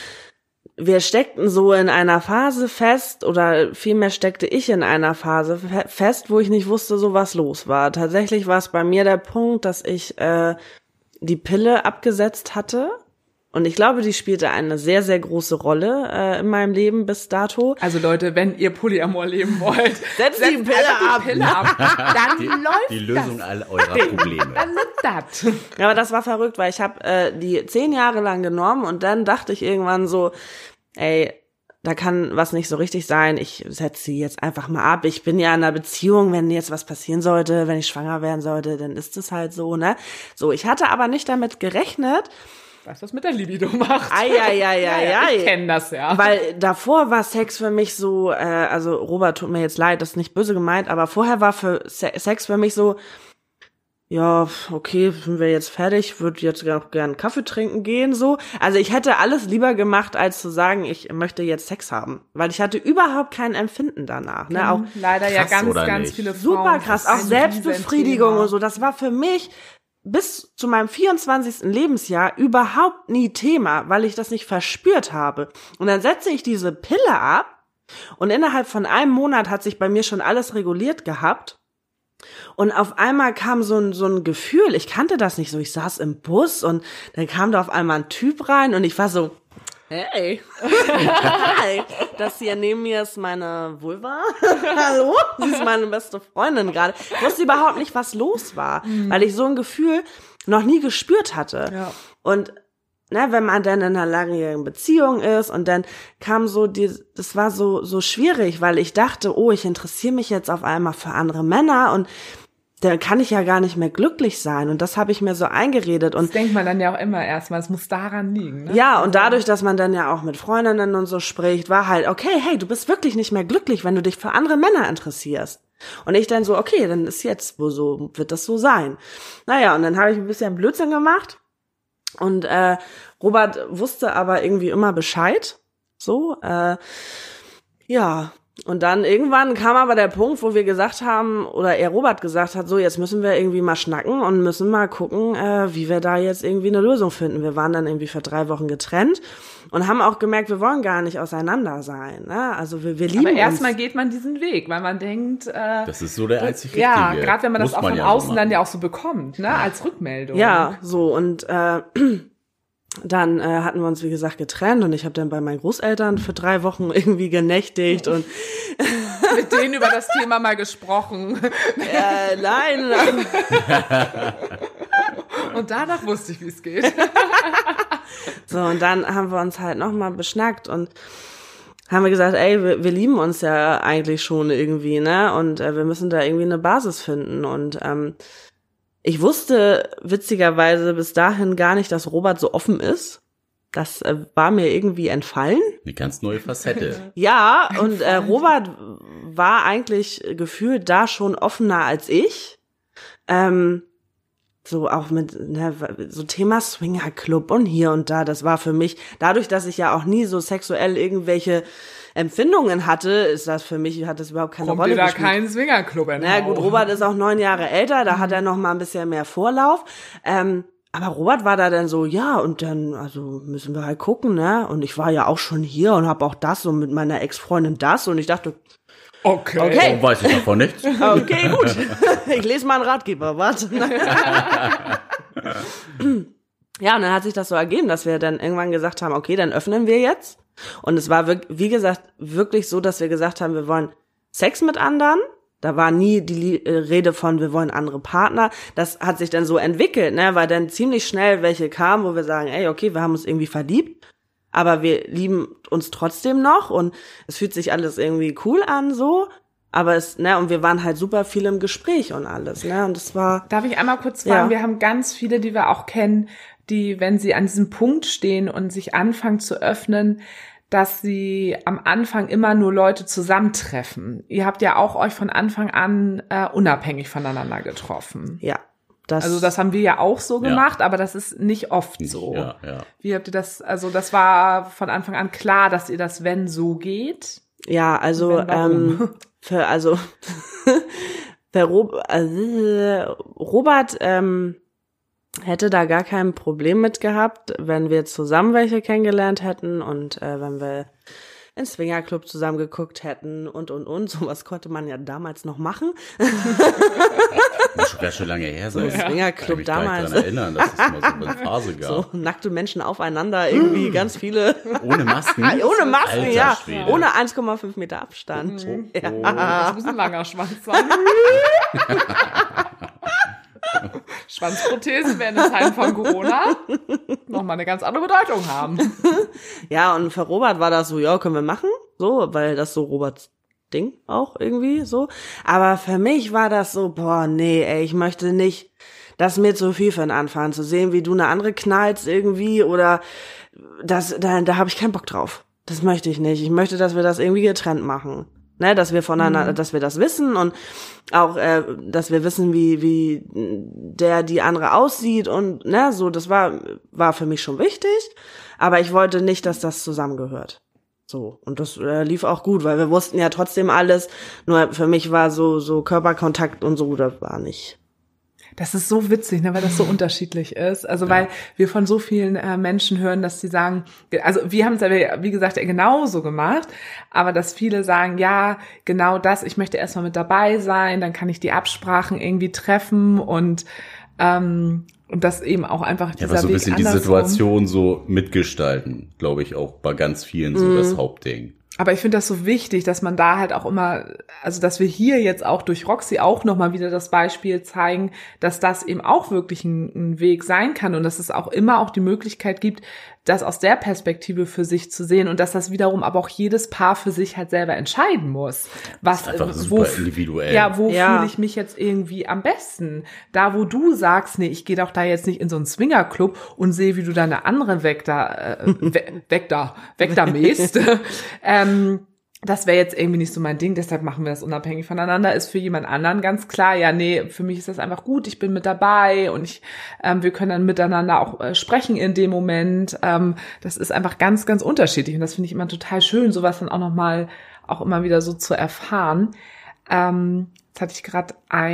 wir steckten so in einer Phase fest, oder vielmehr steckte ich in einer Phase fe- fest, wo ich nicht wusste, so was los war. Tatsächlich war es bei mir der Punkt, dass ich äh, die Pille abgesetzt hatte. Und ich glaube, die spielte eine sehr, sehr große Rolle äh, in meinem Leben bis dato. Also Leute, wenn ihr Polyamor leben wollt, Setzt die Pille einfach ab. die Pille ab. Dann Die, läuft die Lösung das. all eurer Probleme. Dann ist das. Ja, aber das war verrückt, weil ich habe äh, die zehn Jahre lang genommen und dann dachte ich irgendwann so, ey, da kann was nicht so richtig sein. Ich setze sie jetzt einfach mal ab. Ich bin ja in einer Beziehung, wenn jetzt was passieren sollte, wenn ich schwanger werden sollte, dann ist es halt so, ne? So, ich hatte aber nicht damit gerechnet, Was das mit der Libido macht. Ei, ei, ei, ei, ei. Ich kenne das ja. weil davor war Sex für mich so, äh, also Robert, tut mir jetzt leid, das ist nicht böse gemeint, aber vorher war für Se- Sex für mich so, ja, okay, sind wir jetzt fertig, würde jetzt auch gern Kaffee trinken gehen, so. Also ich hätte alles lieber gemacht, als zu sagen, ich möchte jetzt Sex haben. Weil ich hatte überhaupt kein Empfinden danach, ne, auch leider ja Krass, ganz, oder ganz nicht? viele Frauen. super krass, Das auch ist ein Selbstbefriedigung Riesenthema. und so. Das war für mich bis zu meinem vierundzwanzigsten Lebensjahr überhaupt nie Thema, weil ich das nicht verspürt habe. Und dann setze ich diese Pille ab und innerhalb von einem Monat hat sich bei mir schon alles reguliert gehabt. Und auf einmal kam so ein, so ein Gefühl, ich kannte das nicht so, ich saß im Bus und dann kam da auf einmal ein Typ rein und ich war so, hey, hi, das hier neben mir ist meine Vulva, hallo, sie ist meine beste Freundin gerade. Ich wusste überhaupt nicht, was los war, weil ich so ein Gefühl noch nie gespürt hatte. Ja. Und ne, wenn man dann in einer langjährigen Beziehung ist und dann kam so die, das war so so schwierig, weil ich dachte, oh, ich interessiere mich jetzt auf einmal für andere Männer und dann kann ich ja gar nicht mehr glücklich sein und das habe ich mir so eingeredet und Das denkt man dann ja auch immer erstmal, es muss daran liegen. Ne? ja, und dadurch, dass man dann ja auch mit Freundinnen und so spricht, war halt, okay, hey, du bist wirklich nicht mehr glücklich, wenn du dich für andere Männer interessierst. Und ich dann so, okay, dann ist jetzt, wo so, wird das so sein. Naja, und dann habe ich ein bisschen Blödsinn gemacht und äh, Robert wusste aber irgendwie immer Bescheid. So, äh, ja. Und dann irgendwann kam aber der Punkt, wo wir gesagt haben, oder er Robert gesagt hat, so jetzt müssen wir irgendwie mal schnacken und müssen mal gucken, äh, wie wir da jetzt irgendwie eine Lösung finden. Wir waren dann irgendwie für drei Wochen getrennt und haben auch gemerkt, wir wollen gar nicht auseinander sein. Ne? Also wir, wir lieben Aber uns. erstmal geht man diesen Weg, weil man denkt, äh, Das ist so der einzig richtige. ja, gerade wenn man das Muss auch von ja so außen dann machen. ja auch so bekommt, ne, als Rückmeldung. Ja, so und äh, dann äh, hatten wir uns, wie gesagt, getrennt und ich habe dann bei meinen Großeltern für drei Wochen irgendwie genächtigt und Mit denen über das Thema mal gesprochen. äh, nein, Und danach wusste ich, wie es geht. so und dann haben wir uns halt nochmal beschnackt und haben wir gesagt, ey, wir, wir lieben uns ja eigentlich schon irgendwie, ne? Und äh, wir müssen da irgendwie eine Basis finden und ähm, ich wusste witzigerweise bis dahin gar nicht, dass Robert so offen ist. Das äh, war mir irgendwie entfallen. Eine ganz neue Facette. Ja, und äh, Robert war eigentlich gefühlt da schon offener als ich. Ähm, so auch mit ne, so Thema Swingerclub und hier und da. Das war für mich, dadurch, dass ich ja auch nie so sexuell irgendwelche Empfindungen hatte, ist das für mich, hat das überhaupt keine Kommt Rolle dir da gespielt. kein Swingerclub in Na gut, Robert ist auch neun Jahre älter, da hat er noch mal ein bisschen mehr Vorlauf. Ähm, aber Robert war da dann so, ja, und dann, also müssen wir halt gucken, ne? Und ich war ja auch schon hier und habe auch das und mit meiner Ex-Freundin das und ich dachte, Okay. Okay. Oh, weiß ich davon nichts. okay, gut, ich lese mal einen Ratgeber, warte. Ja, und dann hat sich das so ergeben, dass wir dann irgendwann gesagt haben, okay, dann öffnen wir jetzt. Und es war, wirk- wie gesagt, wirklich so, dass wir gesagt haben, wir wollen Sex mit anderen. Da war nie die Li- äh, Rede von, wir wollen andere Partner. Das hat sich dann so entwickelt, ne, weil dann ziemlich schnell welche kamen, wo wir sagen, ey, okay, wir haben uns irgendwie verliebt, aber wir lieben uns trotzdem noch und es fühlt sich alles irgendwie cool an, so. Aber es, ne, und wir waren halt super viel im Gespräch und alles, ne, und es war, Darf ich einmal kurz fragen? Ja. Wir haben ganz viele, die wir auch kennen, die, wenn sie an diesem Punkt stehen und sich anfangen zu öffnen, dass sie am Anfang immer nur Leute zusammentreffen. Ihr habt ja auch euch von Anfang an äh, unabhängig voneinander getroffen. Ja. Das also das haben wir ja auch so gemacht, ja. aber das ist nicht oft so. Ja, ja. Wie habt ihr das, also das war von Anfang an klar, dass ihr das, wenn, so geht? Ja, also wenn, ähm, für, also für Rob, also, Robert ähm, hätte da gar kein Problem mit gehabt, wenn wir zusammen welche kennengelernt hätten und äh, wenn wir in Swingerclub zusammen geguckt hätten und, und, und. Sowas konnte man ja damals noch machen. Muss schon, schon lange her sein. So Swingerclub damals. Ich kann mich daran erinnern, dass es mal so eine Phase gab. So nackte Menschen aufeinander, irgendwie ganz viele. Ohne Masken? Ohne Masken, Alter ja. Schwede. Ohne eins Komma fünf Meter Abstand. Mhm. Ja. Oh, das muss ein langer Schwanz sein. Schwanzprothesen werden in Zeiten von Corona nochmal eine ganz andere Bedeutung haben. Ja, und für Robert war das so, ja, können wir machen, so, weil das so Roberts Ding auch irgendwie so. Aber für mich war das so, boah, nee, ey, ich möchte nicht, das ist mir zu viel für den Anfang, zu sehen, wie du eine andere knallst irgendwie oder das, da, da habe ich keinen Bock drauf. Das möchte ich nicht. Ich möchte, dass wir das irgendwie getrennt machen. Ne, dass wir voneinander, mhm. dass wir das wissen und auch, äh, dass wir wissen, wie wie der die andere aussieht und ne, so, das war war für mich schon wichtig, aber ich wollte nicht, dass das zusammengehört. So, und das äh, lief auch gut, weil wir wussten ja trotzdem alles, nur für mich war so so Körperkontakt und so, das war nicht. Das ist so witzig, ne, weil das so unterschiedlich ist. Also ja. weil wir von so vielen äh, Menschen hören, dass sie sagen, also wir haben es ja, wie gesagt, genauso gemacht, aber dass viele sagen, ja, genau das, ich möchte erstmal mit dabei sein, dann kann ich die Absprachen irgendwie treffen und ähm, und das eben auch einfach dieser ja, aber so ein Weg bisschen die andersrum. Situation so mitgestalten, glaube ich, auch bei ganz vielen so mhm. das Hauptding. Aber ich finde das so wichtig, dass man da halt auch immer, also dass wir hier jetzt auch durch Roxy auch nochmal wieder das Beispiel zeigen, dass das eben auch wirklich ein, ein Weg sein kann und dass es auch immer auch die Möglichkeit gibt, das aus der Perspektive für sich zu sehen und dass das wiederum aber auch jedes Paar für sich halt selber entscheiden muss. Was, das ist einfach wo, super individuell. Ja, wo ja. fühle ich mich jetzt irgendwie am besten? Da, wo du sagst, nee, ich gehe doch da jetzt nicht in so einen Swingerclub und sehe, wie du da eine andere weg da, äh, we, weg da, weg da mähst. ähm, das wäre jetzt irgendwie nicht so mein Ding, deshalb machen wir das unabhängig voneinander, ist für jemand anderen ganz klar, ja, nee, für mich ist das einfach gut, ich bin mit dabei und ich, ähm, wir können dann miteinander auch äh, sprechen in dem Moment, ähm, das ist einfach ganz, ganz unterschiedlich und das finde ich immer total schön, sowas dann auch nochmal, auch immer wieder so zu erfahren. Ähm, jetzt hatte ich gerade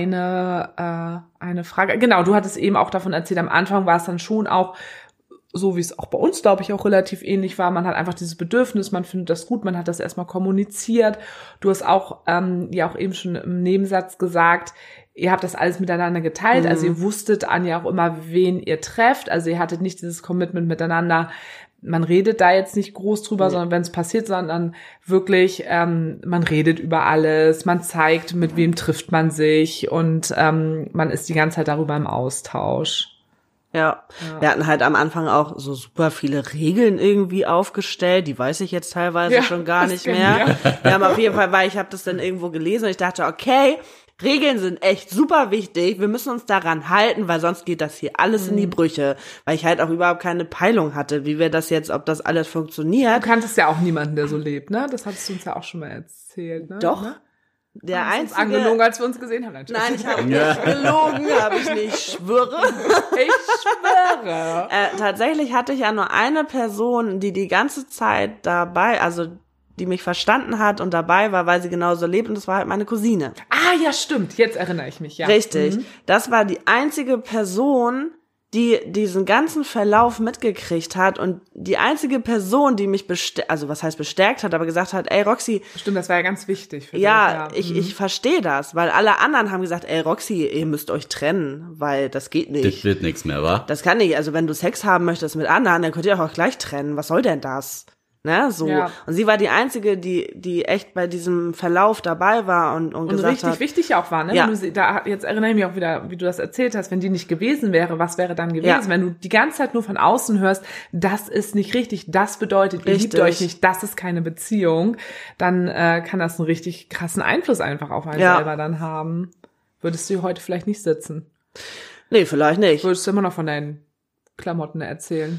eine, äh, eine Frage, genau, du hattest eben auch davon erzählt, am Anfang war es dann schon auch so wie es auch bei uns, glaube ich, auch relativ ähnlich war. Man hat einfach dieses Bedürfnis, man findet das gut, man hat das erstmal kommuniziert. Du hast auch, ähm, ja auch eben schon im Nebensatz gesagt, ihr habt das alles miteinander geteilt. Mhm. Also ihr wusstet an ja auch immer, wen ihr trefft. Also ihr hattet nicht dieses Commitment miteinander. Man redet da jetzt nicht groß drüber, mhm. sondern wenn es passiert, sondern wirklich, ähm, man redet über alles, man zeigt, mit wem trifft man sich und ähm, man ist die ganze Zeit darüber im Austausch. Ja. ja, wir hatten halt am Anfang auch so super viele Regeln irgendwie aufgestellt, die weiß ich jetzt teilweise ja, schon gar nicht mehr. Wir. wir haben auf jeden Fall, weil ich habe das dann irgendwo gelesen und ich dachte, okay, Regeln sind echt super wichtig, wir müssen uns daran halten, weil sonst geht das hier alles mhm. in die Brüche, weil ich halt auch überhaupt keine Peilung hatte, wie wir das jetzt, ob das alles funktioniert. Du kanntest ja auch niemanden, der so lebt, ne? Das hattest du uns ja auch schon mal erzählt, ne? Doch. Ne? Der haben einzige, uns angelogen, als wir uns gesehen haben. Natürlich. Nein, ich habe nicht gelogen, habe ich nicht, ich schwöre. Ich schwöre. Äh, tatsächlich hatte ich ja nur eine Person, die die ganze Zeit dabei, also die mich verstanden hat und dabei war, weil sie genauso lebt und das war halt meine Cousine. Ah, ja, stimmt. Jetzt erinnere ich mich, ja. Richtig. Mhm. Das war die einzige Person, die diesen ganzen Verlauf mitgekriegt hat und die einzige Person, die mich bestärkt, also was heißt bestärkt hat, aber gesagt hat, ey Roxy. Stimmt, das war ja ganz wichtig für ja, dich. Ja, ich, mhm. ich verstehe das, weil alle anderen haben gesagt, ey Roxy, ihr müsst euch trennen, weil das geht nicht. Das wird nichts mehr, wa? Das kann nicht, also wenn du Sex haben möchtest mit anderen, dann könnt ihr auch gleich trennen, was soll denn das? Ne, so. Ja. Und sie war die einzige, die, die echt bei diesem Verlauf dabei war und, und, und gesagt richtig hat, wichtig auch war, ne? Ja. Wenn du, da, jetzt erinnere ich mich auch wieder, wie du das erzählt hast, wenn die nicht gewesen wäre, was wäre dann gewesen? Ja. Wenn du die ganze Zeit nur von außen hörst, das ist nicht richtig, das bedeutet, ihr liebt euch nicht, das ist keine Beziehung, dann äh, kann das einen richtig krassen Einfluss einfach auf einen ja. selber dann haben. Würdest du heute vielleicht nicht sitzen? Nee, vielleicht nicht. Würdest du immer noch von deinen Klamotten erzählen?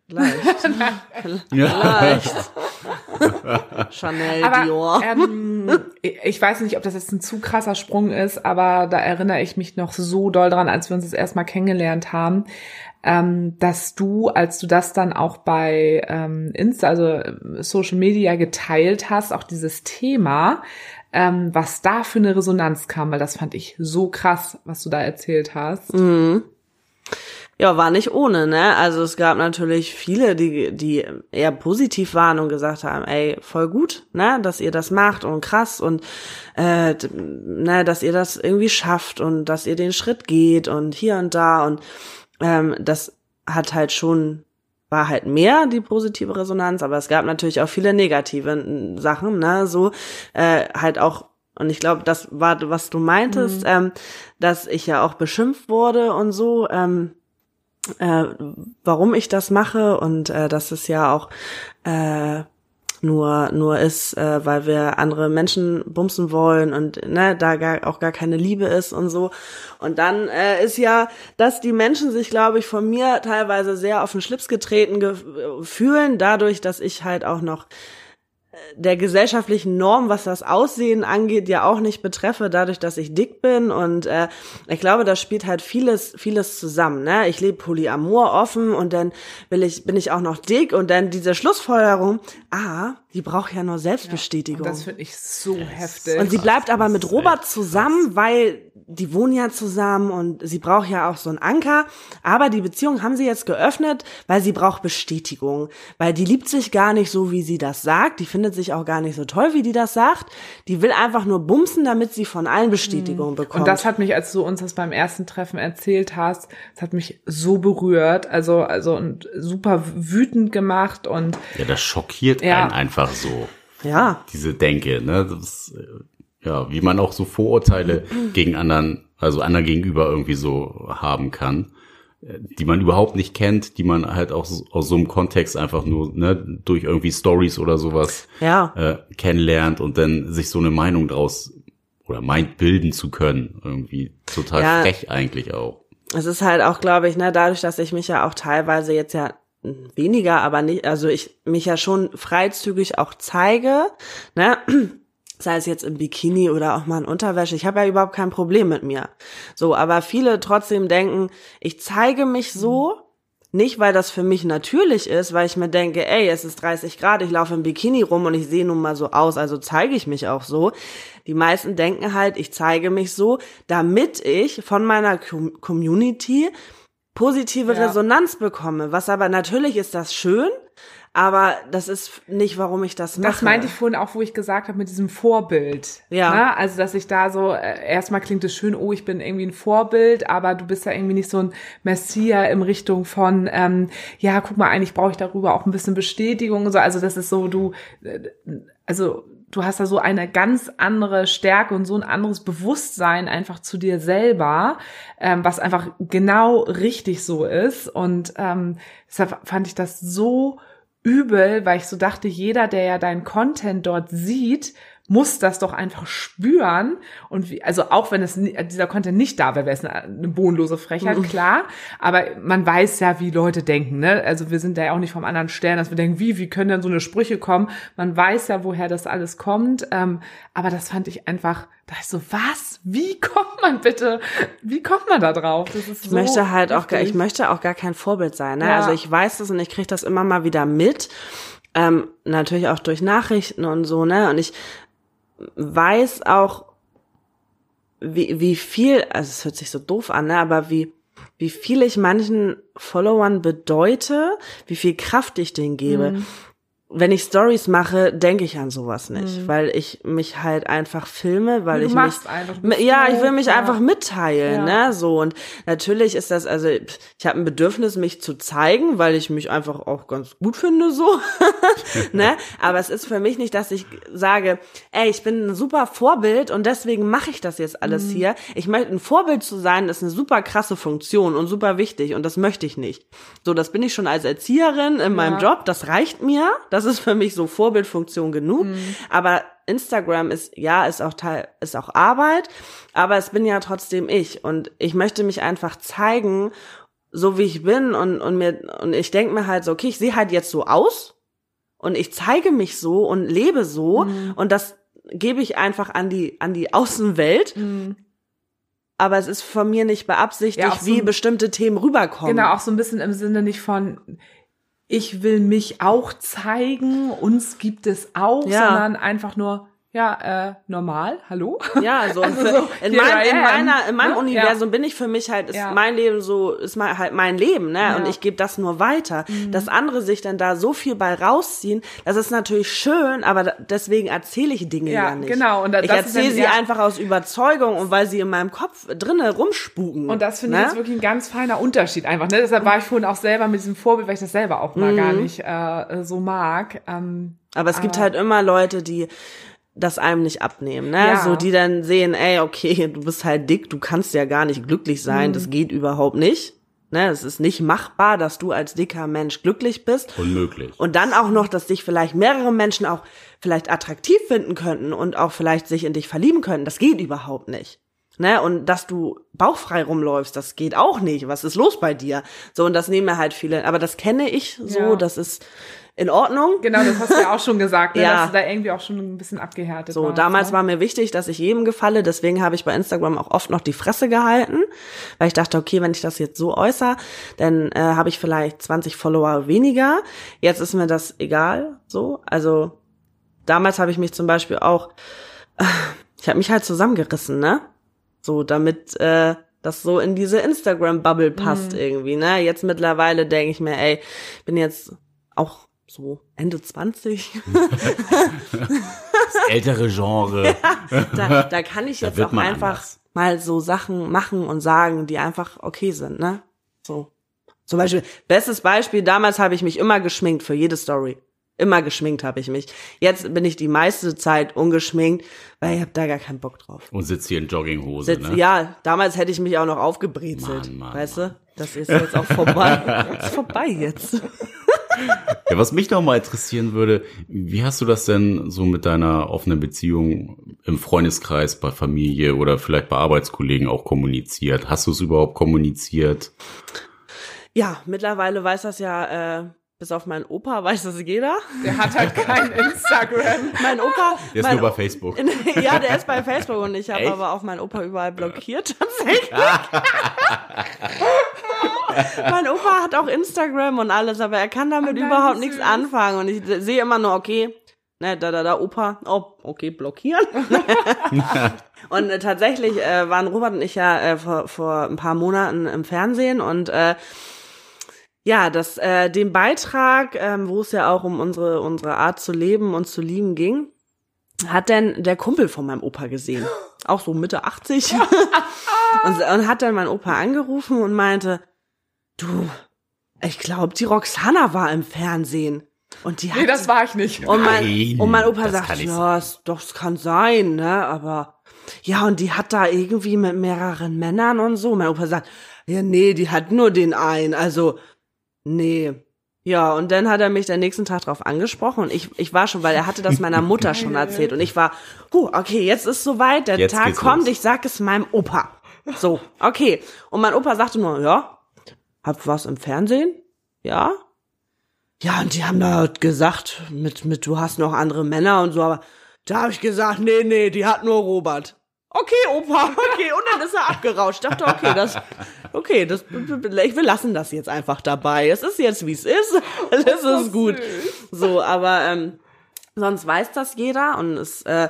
Leicht. Leicht. Chanel, aber, Dior. Ähm, ich weiß nicht, ob das jetzt ein zu krasser Sprung ist, aber da erinnere ich mich noch so doll dran, als wir uns das erstmal kennengelernt haben, ähm, dass du, als du das dann auch bei ähm, Insta, also Social Media geteilt hast, auch dieses Thema, ähm, was da für eine Resonanz kam, weil das fand ich so krass, was du da erzählt hast. Mhm. Ja, war nicht ohne, ne? Also es gab natürlich viele, die die eher positiv waren und gesagt haben, ey, voll gut, ne, dass ihr das macht und krass und äh, ne, dass ihr das irgendwie schafft und dass ihr den Schritt geht und hier und da und ähm, das hat halt schon, war halt mehr die positive Resonanz, aber es gab natürlich auch viele negative Sachen, ne, so äh, halt auch. Und ich glaube, das war, was du meintest, mhm. ähm, dass ich ja auch beschimpft wurde und so, ähm, äh, warum ich das mache und äh, dass es ja auch äh, nur nur ist, äh, weil wir andere Menschen bumsen wollen und ne, da gar, auch gar keine Liebe ist und so. Und dann äh, ist ja, dass die Menschen sich, glaube ich, von mir teilweise sehr auf den Schlips getreten ge- fühlen, dadurch, dass ich halt auch noch der gesellschaftlichen Norm, was das Aussehen angeht, ja auch nicht betreffe, dadurch, dass ich dick bin und äh, ich glaube, da spielt halt vieles vieles zusammen, ne? Ich lebe Polyamor offen und dann will ich bin ich auch noch dick und dann diese Schlussfolgerung, ah, die braucht ja nur Selbstbestätigung. Ja, und das finde ich so heftig. Und sie bleibt aber mit Robert zusammen, weil die wohnen ja zusammen und sie braucht ja auch so einen Anker. Aber die Beziehung haben sie jetzt geöffnet, weil sie braucht Bestätigung. Weil die liebt sich gar nicht so, wie sie das sagt. Die findet sich auch gar nicht so toll, wie die das sagt. Die will einfach nur bumsen, damit sie von allen Bestätigung mhm. bekommt. Und das hat mich, als du uns das beim ersten Treffen erzählt hast, das hat mich so berührt. Also, also und super wütend gemacht und. Ja, das schockiert ja. einen einfach so. Ja. Diese Denke, ne? Das ist, ja, wie man auch so Vorurteile gegen anderen, also anderen gegenüber irgendwie so haben kann, die man überhaupt nicht kennt, die man halt auch aus so einem Kontext einfach nur, ne, durch irgendwie Stories oder sowas ja. äh, kennenlernt und dann sich so eine Meinung draus oder meint bilden zu können. Irgendwie total ja. frech eigentlich auch. Es ist halt auch, glaube ich, ne, dadurch, dass ich mich ja auch teilweise jetzt ja weniger, aber nicht, also ich mich ja schon freizügig auch zeige, ne, sei es jetzt im Bikini oder auch mal in Unterwäsche, ich habe ja überhaupt kein Problem mit mir. So, aber viele trotzdem denken, ich zeige mich so, nicht weil das für mich natürlich ist, weil ich mir denke, ey, es ist dreißig Grad, ich laufe im Bikini rum und ich sehe nun mal so aus, also zeige ich mich auch so. Die meisten denken halt, ich zeige mich so, damit ich von meiner Community positive ja. Resonanz bekomme. Was aber natürlich ist das schön, aber das ist nicht, warum ich das mache. Das meinte ich vorhin auch, wo ich gesagt habe, mit diesem Vorbild. Ja. Ne? Also, dass ich da so, äh, erstmal klingt es schön, oh, ich bin irgendwie ein Vorbild, aber du bist ja irgendwie nicht so ein Messias in Richtung von, ähm, ja, guck mal, eigentlich brauche ich darüber auch ein bisschen Bestätigung und so. Also, das ist so, du, äh, also, du hast da so eine ganz andere Stärke und so ein anderes Bewusstsein einfach zu dir selber, ähm, was einfach genau richtig so ist. Und ähm, deshalb fand ich das so übel, weil ich so dachte, jeder, der ja deinen Content dort sieht, muss das doch einfach spüren. Und wie, also auch wenn es dieser Content nicht da wäre, wäre es eine, eine bodenlose Frechheit, klar. Aber man weiß ja, wie Leute denken, ne? Also wir sind da ja auch nicht vom anderen Stern, dass wir denken, wie, wie können denn so eine Sprüche kommen? Man weiß ja, woher das alles kommt. Ähm, aber das fand ich einfach, da ich so, was? Wie kommt man bitte? Wie kommt man da drauf? Das ist ich so möchte halt heftig. auch, gar, ich möchte auch gar kein Vorbild sein, ne? Ja. Also ich weiß das und ich kriege das immer mal wieder mit. Ähm, natürlich auch durch Nachrichten und so, ne? Und ich weiß auch, wie, wie viel, also es hört sich so doof an, ne, aber wie, wie viel ich manchen Followern bedeute, wie viel Kraft ich denen gebe. Mhm. Wenn ich Stories mache, denke ich an sowas nicht, mhm. weil ich mich halt einfach filme, weil du ich machst mich, einfach, ja, ich will mich ja. einfach mitteilen, ja. ne, so. Und natürlich ist das, also ich habe ein Bedürfnis, mich zu zeigen, weil ich mich einfach auch ganz gut finde, so, ne. Aber es ist für mich nicht, dass ich sage, ey, ich bin ein super Vorbild und deswegen mache ich das jetzt alles mhm. hier. Ich möchte ein Vorbild zu sein, ist eine super krasse Funktion und super wichtig und das möchte ich nicht. So, das bin ich schon als Erzieherin in ja. meinem Job, das reicht mir. Das ist für mich so Vorbildfunktion genug. Mhm. Aber Instagram ist, ja, ist auch Teil, ist auch Arbeit, aber es bin ja trotzdem ich. Und ich möchte mich einfach zeigen, so wie ich bin und und mir und ich denke mir halt so, okay, ich sehe halt jetzt so aus und ich zeige mich so und lebe so mhm. und das gebe ich einfach an die an die Außenwelt. Mhm. Aber es ist von mir nicht beabsichtigt, ja, so wie bestimmte Themen rüberkommen. Genau, auch so ein bisschen im Sinne nicht von ich will mich auch zeigen, uns gibt es auch, ja. sondern einfach nur ja, äh, normal, hallo? Ja, also, also für, so, in, mein, in meiner, in meinem ne? Universum ja. bin ich für mich halt, ist ja. mein Leben so, ist mein, halt mein Leben, ne? Ja. Und ich gebe das nur weiter. Mhm. Dass andere sich dann da so viel bei rausziehen, das ist natürlich schön, aber deswegen erzähle ich Dinge ja, ja nicht. Genau. Und das, ich erzähle sie ja. einfach aus Überzeugung und weil sie in meinem Kopf drinnen rumspuken. Und das finde ne? ich jetzt wirklich ein ganz feiner Unterschied einfach, ne? Deshalb war ich vorhin auch selber mit diesem Vorbild, weil ich das selber auch mal mhm. gar nicht äh, so mag. Ähm, aber es gibt halt immer Leute, die das einem nicht abnehmen, ne? Ja. So, die dann sehen, ey, okay, du bist halt dick, du kannst ja gar nicht glücklich sein, mhm. das geht überhaupt nicht, ne? Es ist nicht machbar, dass du als dicker Mensch glücklich bist. Unmöglich. Und dann auch noch, dass dich vielleicht mehrere Menschen auch vielleicht attraktiv finden könnten und auch vielleicht sich in dich verlieben könnten, das geht überhaupt nicht. Ne, und dass du bauchfrei rumläufst, das geht auch nicht. Was ist los bei dir? So, und das nehmen mir halt viele, aber das kenne ich so, ja. das ist in Ordnung. Genau, das hast du ja auch schon gesagt, ne, ja. dass du da irgendwie auch schon ein bisschen abgehärtet so, warst. So, damals ne? war mir wichtig, dass ich jedem gefalle, deswegen habe ich bei Instagram auch oft noch die Fresse gehalten, weil ich dachte, okay, wenn ich das jetzt so äußere, dann äh, habe ich vielleicht zwanzig Follower weniger. Jetzt ist mir das egal, so. Also, damals habe ich mich zum Beispiel auch, äh, ich habe mich halt zusammengerissen, ne? So, damit äh, das so in diese Instagram-Bubble passt mhm. irgendwie, ne? Jetzt mittlerweile denke ich mir, ey, bin jetzt auch so Ende zwanzig. Das ältere Genre. Ja, da, da kann ich jetzt auch einfach anders. Mal so Sachen machen und sagen, die einfach okay sind, ne? So. Zum Beispiel, bestes Beispiel, damals habe ich mich immer geschminkt für jede Story. Immer geschminkt habe ich mich. Jetzt bin ich die meiste Zeit ungeschminkt, weil ich habe da gar keinen Bock drauf. Und sitzt hier in Jogginghose, Sitz, ne? Ja, damals hätte ich mich auch noch aufgebrezelt, Mann, Mann, weißt Mann. du? Das ist jetzt auch vorbei. Das ist vorbei jetzt. Ja, was mich noch mal interessieren würde, wie hast du das denn so mit deiner offenen Beziehung im Freundeskreis, bei Familie oder vielleicht bei Arbeitskollegen auch kommuniziert? Hast du es überhaupt kommuniziert? Ja, mittlerweile weiß das ja, äh, bis auf meinen Opa weiß das jeder. Der hat halt kein Instagram. Mein Opa. Der ist mein nur bei Facebook. Ja, der ist bei Facebook und ich habe aber auch meinen Opa überall blockiert tatsächlich. Mein Opa hat auch Instagram und alles, aber er kann damit oh, überhaupt nichts anfangen und ich sehe immer nur, okay, ne, da, da, da, Opa, oh, okay, blockieren. Und äh, tatsächlich äh, waren Robert und ich ja äh, vor, vor ein paar Monaten im Fernsehen und äh, ja, das, äh, den Beitrag, ähm, wo es ja auch um unsere unsere Art zu leben und zu lieben ging, hat denn der Kumpel von meinem Opa gesehen, auch so Mitte achtzig, und, und hat dann meinen Opa angerufen und meinte, du, ich glaube, die Roxana war im Fernsehen. Und die hat, nee, das war ich nicht. Und mein, Nein, und mein Opa sagt, ja, es, doch, es kann sein, ne, aber ja, und die hat da irgendwie mit mehreren Männern und so. Mein Opa sagt, ja, nee, die hat nur den einen, also nee. Ja, und dann hat er mich den nächsten Tag drauf angesprochen und ich ich war schon, weil er hatte das meiner Mutter schon erzählt und ich war, huh, okay, jetzt ist soweit, der jetzt Tag kommt, los. Ich sag es meinem Opa. So, okay. Und mein Opa sagte nur, ja, hab was im Fernsehen? Ja? Ja, und die haben da gesagt, mit mit du hast noch andere Männer und so, aber da habe ich gesagt, nee, nee, die hat nur Robert. Okay, Opa, okay, und dann ist er abgerauscht. Ich dachte, okay, das, okay, das, ich will lassen das jetzt einfach dabei. Es ist jetzt, wie es ist. Es ist, ist gut. So, aber ähm, sonst weiß das jeder und es, äh,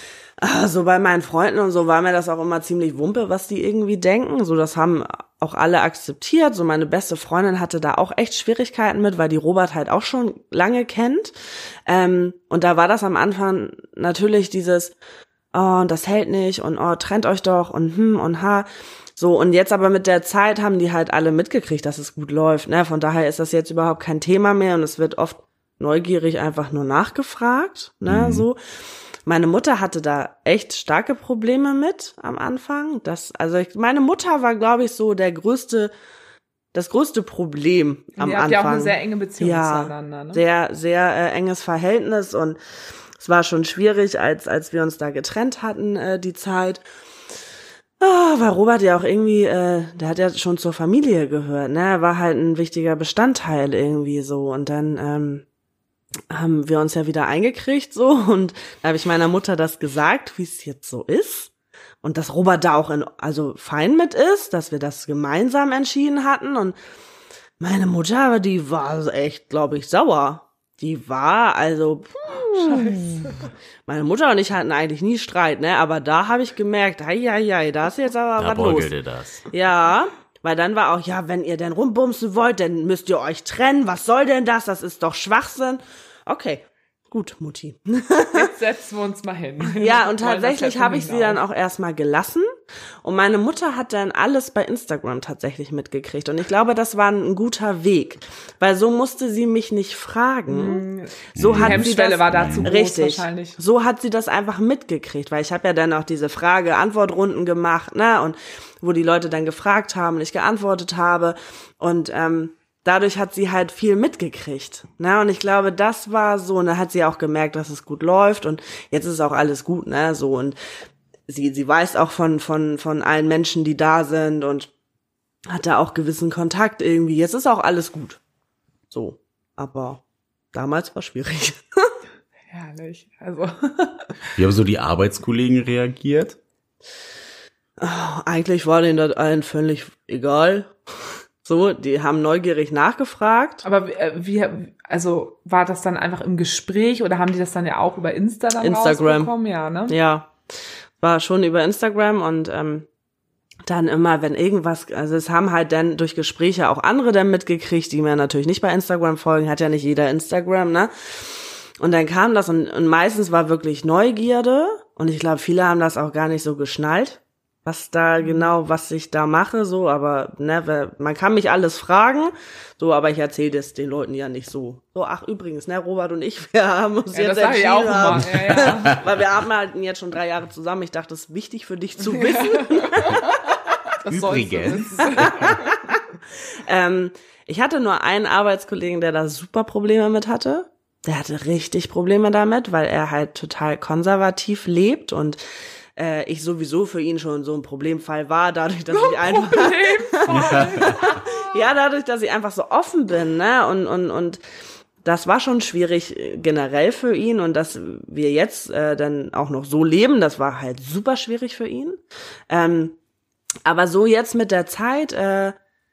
so bei meinen Freunden und so war mir das auch immer ziemlich wumpe, was die irgendwie denken. So, das haben auch alle akzeptiert. So, meine beste Freundin hatte da auch echt Schwierigkeiten mit, weil die Robert halt auch schon lange kennt. Ähm, und da war das am Anfang natürlich dieses, oh, und das hält nicht und oh, trennt euch doch und hm und ha. So, und jetzt aber mit der Zeit haben die halt alle mitgekriegt, dass es gut läuft, ne? Von daher ist das jetzt überhaupt kein Thema mehr und es wird oft neugierig einfach nur nachgefragt, ne, mhm. so. Meine Mutter hatte da echt starke Probleme mit am Anfang. Das, also ich, meine Mutter war, glaube ich, so der größte, das größte Problem am Anfang. Ihr habt ja auch eine sehr enge Beziehung ja, zueinander, ne? Sehr, sehr äh, enges Verhältnis und es war schon schwierig, als als wir uns da getrennt hatten, äh, die Zeit. Oh, weil Robert ja auch irgendwie, äh, der hat ja schon zur Familie gehört, ne? Er war halt ein wichtiger Bestandteil irgendwie so. Und dann ähm, haben wir uns ja wieder eingekriegt so. Und da habe ich meiner Mutter das gesagt, wie es jetzt so ist. Und dass Robert da auch in, also fein mit ist, dass wir das gemeinsam entschieden hatten. Und meine Mutter, die war echt, glaube ich, sauer. Die war also... Scheiße. Meine Mutter und ich hatten eigentlich nie Streit, ne? Aber da habe ich gemerkt, hei, hei, hei, da ist jetzt aber was los. Da beugelte das. Ja, weil dann war auch, ja, wenn ihr denn rumbumsen wollt, dann müsst ihr euch trennen. Was soll denn das? Das ist doch Schwachsinn. Okay, gut, Mutti. Jetzt setzen wir uns mal hin. Ja, und tatsächlich habe ich sie dann auch erstmal gelassen. Und meine Mutter hat dann alles bei Instagram tatsächlich mitgekriegt. Und ich glaube, das war ein guter Weg. Weil so musste sie mich nicht fragen. So Die hat Hemmschwelle sie das, war da zu groß richtig, wahrscheinlich. so hat sie das einfach mitgekriegt. Weil ich habe ja dann auch diese Frage-Antwort-Runden gemacht, ne? Und wo die Leute dann gefragt haben und ich geantwortet habe. Und ähm, dadurch hat sie halt viel mitgekriegt. Ne? Und ich glaube, das war so, und da hat sie auch gemerkt, dass es gut läuft und jetzt ist auch alles gut, ne? So, und sie, sie weiß auch von, von, von allen Menschen, die da sind und hat da auch gewissen Kontakt irgendwie. Jetzt ist auch alles gut. So. Aber damals war schwierig. Herrlich. Also. Wie haben so die Arbeitskollegen reagiert? Oh, eigentlich war denen das allen völlig egal. So, die haben neugierig nachgefragt. Aber äh, wie, also war das dann einfach im Gespräch oder haben die das dann ja auch über Insta dann Instagram. rausbekommen? Ja, ne? Ja, war schon über Instagram und ähm, dann immer, wenn irgendwas, also es haben halt dann durch Gespräche auch andere dann mitgekriegt, die mir natürlich nicht bei Instagram folgen, hat ja nicht jeder Instagram, ne? Und dann kam das und, und meistens war wirklich Neugierde und ich glaube, viele haben das auch gar nicht so geschnallt, was da genau, was ich da mache, so, aber ne, man kann mich alles fragen, so, aber ich erzähle das den Leuten ja nicht so. So, ach übrigens, ne, Robert und ich, wir haben uns Ja, jetzt das sag ich entschieden, auch haben, immer. Ja, ja. weil wir arbeiten jetzt schon drei Jahre zusammen. Ich dachte, das ist wichtig für dich zu wissen. Das sollst du Übrigens. wissen. ähm, ich hatte nur einen Arbeitskollegen, der da super Probleme mit hatte. Der hatte richtig Probleme damit, weil er halt total konservativ lebt und äh, ich sowieso für ihn schon so ein Problemfall war, dadurch, dass ich einfach ja, dadurch, dass ich einfach so offen bin, ne, und und und das war schon schwierig generell für ihn und dass wir jetzt äh, dann auch noch so leben, das war halt super schwierig für ihn. Ähm, aber so jetzt mit der Zeit äh,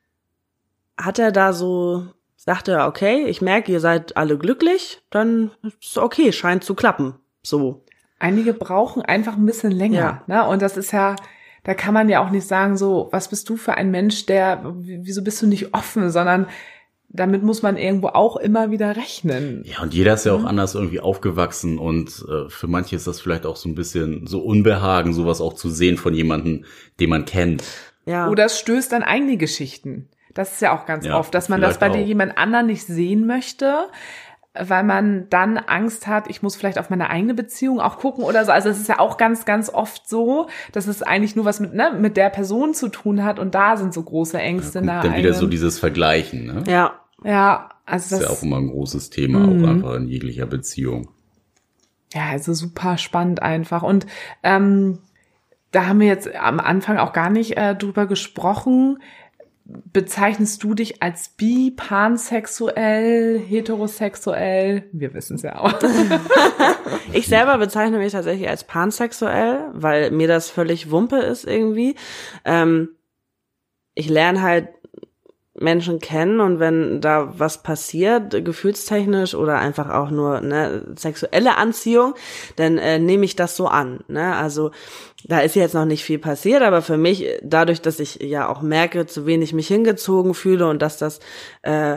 hat er da so, sagte er, okay, ich merke, ihr seid alle glücklich, dann ist okay, scheint zu klappen. So. Einige brauchen einfach ein bisschen länger, Ja. ne? Und das ist ja, da kann man ja auch nicht sagen, so, was bist du für ein Mensch, der, wieso bist du nicht offen, sondern damit muss man irgendwo auch immer wieder rechnen. Ja, und jeder ist ja auch anders irgendwie aufgewachsen und äh, für manche ist das vielleicht auch so ein bisschen so Unbehagen, sowas auch zu sehen von jemandem, den man kennt. Ja. Oder es stößt an eigene Geschichten. Das ist ja auch ganz Ja, oft, dass man das bei vielleicht auch. jemand anderen nicht sehen möchte, weil man dann Angst hat, ich muss vielleicht auf meine eigene Beziehung auch gucken oder so. Also es ist ja auch ganz, ganz oft so, dass es eigentlich nur was mit, ne, mit der Person zu tun hat und da sind so große Ängste Und in der dann wieder so eigenen- dieses Vergleichen, ne? Ja. Ja, also Das das ist ja auch immer ein großes Thema, Mhm. auch einfach in jeglicher Beziehung. Ja, also super spannend einfach. Und ähm, da haben wir jetzt am Anfang auch gar nicht äh, drüber gesprochen. Bezeichnest du dich als bi, pansexuell, heterosexuell? Wir wissen es ja auch. Ich selber bezeichne mich tatsächlich als pansexuell, weil mir das völlig Wumpe ist irgendwie. Ähm, ich lerne halt Menschen kennen und wenn da was passiert, gefühlstechnisch oder einfach auch nur ne, sexuelle Anziehung, dann äh, nehme ich das so an. Ne? Also da ist jetzt noch nicht viel passiert, aber für mich, dadurch, dass ich ja auch merke, zu wen ich mich hingezogen fühle und dass das äh,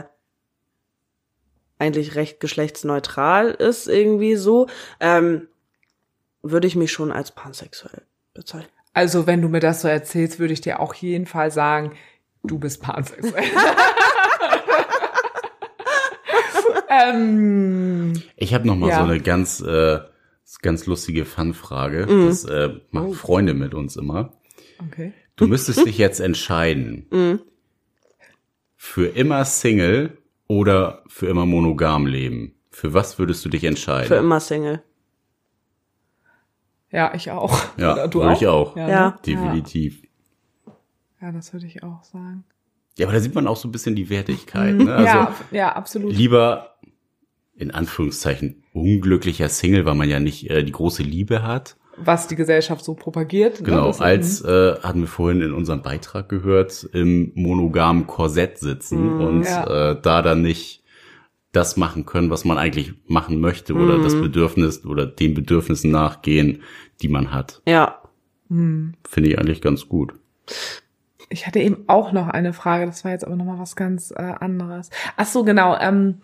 eigentlich recht geschlechtsneutral ist irgendwie so, ähm, würde ich mich schon als pansexuell bezeichnen. Also wenn du mir das so erzählst, würde ich dir auch jeden Fall sagen, du bist pansexuell. ähm, Ich habe noch mal Ja. so eine ganz, äh, ganz lustige Fun-Frage. Mhm. Das äh, machen Oh. Freunde mit uns immer. okay. Du müsstest dich jetzt entscheiden. Mhm. Für immer Single oder für immer monogam leben. Für was würdest du dich entscheiden? Für immer Single. Ja, ich auch. Ja, Oder du würde auch? ich auch. Ja. Ja. Ne? Definitiv. Ja, das würde ich auch sagen. Ja, aber da sieht man auch so ein bisschen die Wertigkeit. Ne? Also ja, ja, absolut. Lieber, in Anführungszeichen, unglücklicher Single, weil man ja nicht äh, die große Liebe hat. Was die Gesellschaft so propagiert. Genau, ne? als äh, hatten wir vorhin in unserem Beitrag gehört, im monogamen Korsett sitzen mm, und ja. äh, da dann nicht das machen können, was man eigentlich machen möchte oder mm. das Bedürfnis oder den Bedürfnissen nachgehen, die man hat. Ja. Mm. Finde ich eigentlich ganz gut. Ich hatte eben auch noch eine Frage, das war jetzt aber nochmal was ganz äh, anderes. Ach so, genau. Ähm,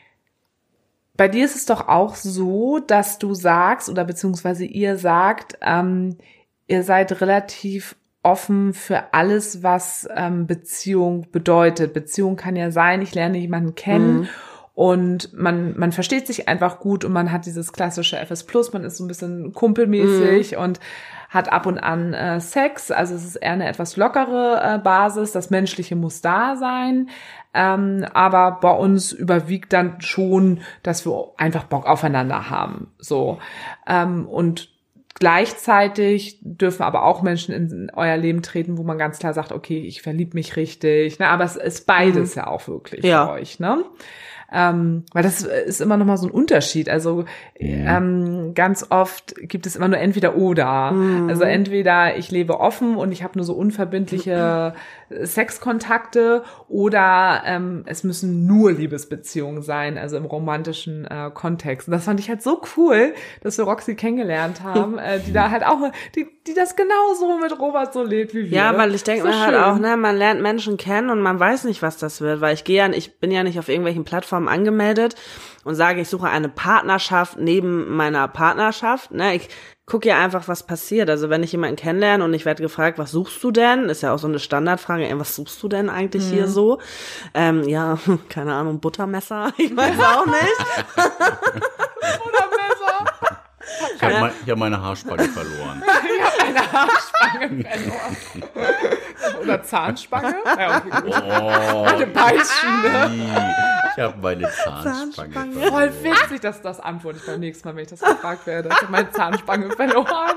bei dir ist es doch auch so, dass du sagst, oder beziehungsweise ihr sagt, ähm, ihr seid relativ offen für alles, was ähm, Beziehung bedeutet. Beziehung kann ja sein, ich lerne jemanden kennen mhm. und man man versteht sich einfach gut und man hat dieses klassische F S Plus, man ist so ein bisschen kumpelmäßig mhm. und hat ab und an äh, Sex, also es ist eher eine etwas lockere äh, Basis, das Menschliche muss da sein, ähm, aber bei uns überwiegt dann schon, dass wir einfach Bock aufeinander haben, so ähm, und gleichzeitig dürfen aber auch Menschen in euer Leben treten, wo man ganz klar sagt, okay, ich verlieb mich richtig, ne, aber es ist beides mhm. ja auch wirklich ja. für euch, ne? Ähm, weil das ist immer noch mal so ein Unterschied. Also ja. ähm, ganz oft gibt es immer nur entweder oder. Mhm. Also entweder ich lebe offen und ich habe nur so unverbindliche Sexkontakte oder ähm, es müssen nur Liebesbeziehungen sein, also im romantischen äh, Kontext. Und das fand ich halt so cool, dass wir Roxy kennengelernt haben, äh, die da halt auch, die, die das genauso mit Robert so lebt wie wir. Ja, weil ich denke so mir halt auch, ne, man lernt Menschen kennen und man weiß nicht, was das wird, weil ich gehe ja, ich bin ja nicht auf irgendwelchen Plattformen angemeldet und sage, ich suche eine Partnerschaft neben meiner Partnerschaft, ne, ich guck ja einfach, was passiert. Also wenn ich jemanden kennenlerne und ich werde gefragt, was suchst du denn? Ist ja auch so eine Standardfrage, ey, was suchst du denn eigentlich mhm. hier so? Ähm, ja, keine Ahnung, Buttermesser, ich weiß auch nicht. Buttermesser. Ich habe mein, hab meine Haarspange verloren. Ich habe meine Haarspange verloren. Oder Zahnspange? Ja, okay. Oh, meine Beißschiene. Ich habe meine Zahnspange, Zahnspange verloren. Voll witzig, dass das antworte ich beim nächsten Mal, wenn ich das gefragt werde. Ich habe meine Zahnspange verloren.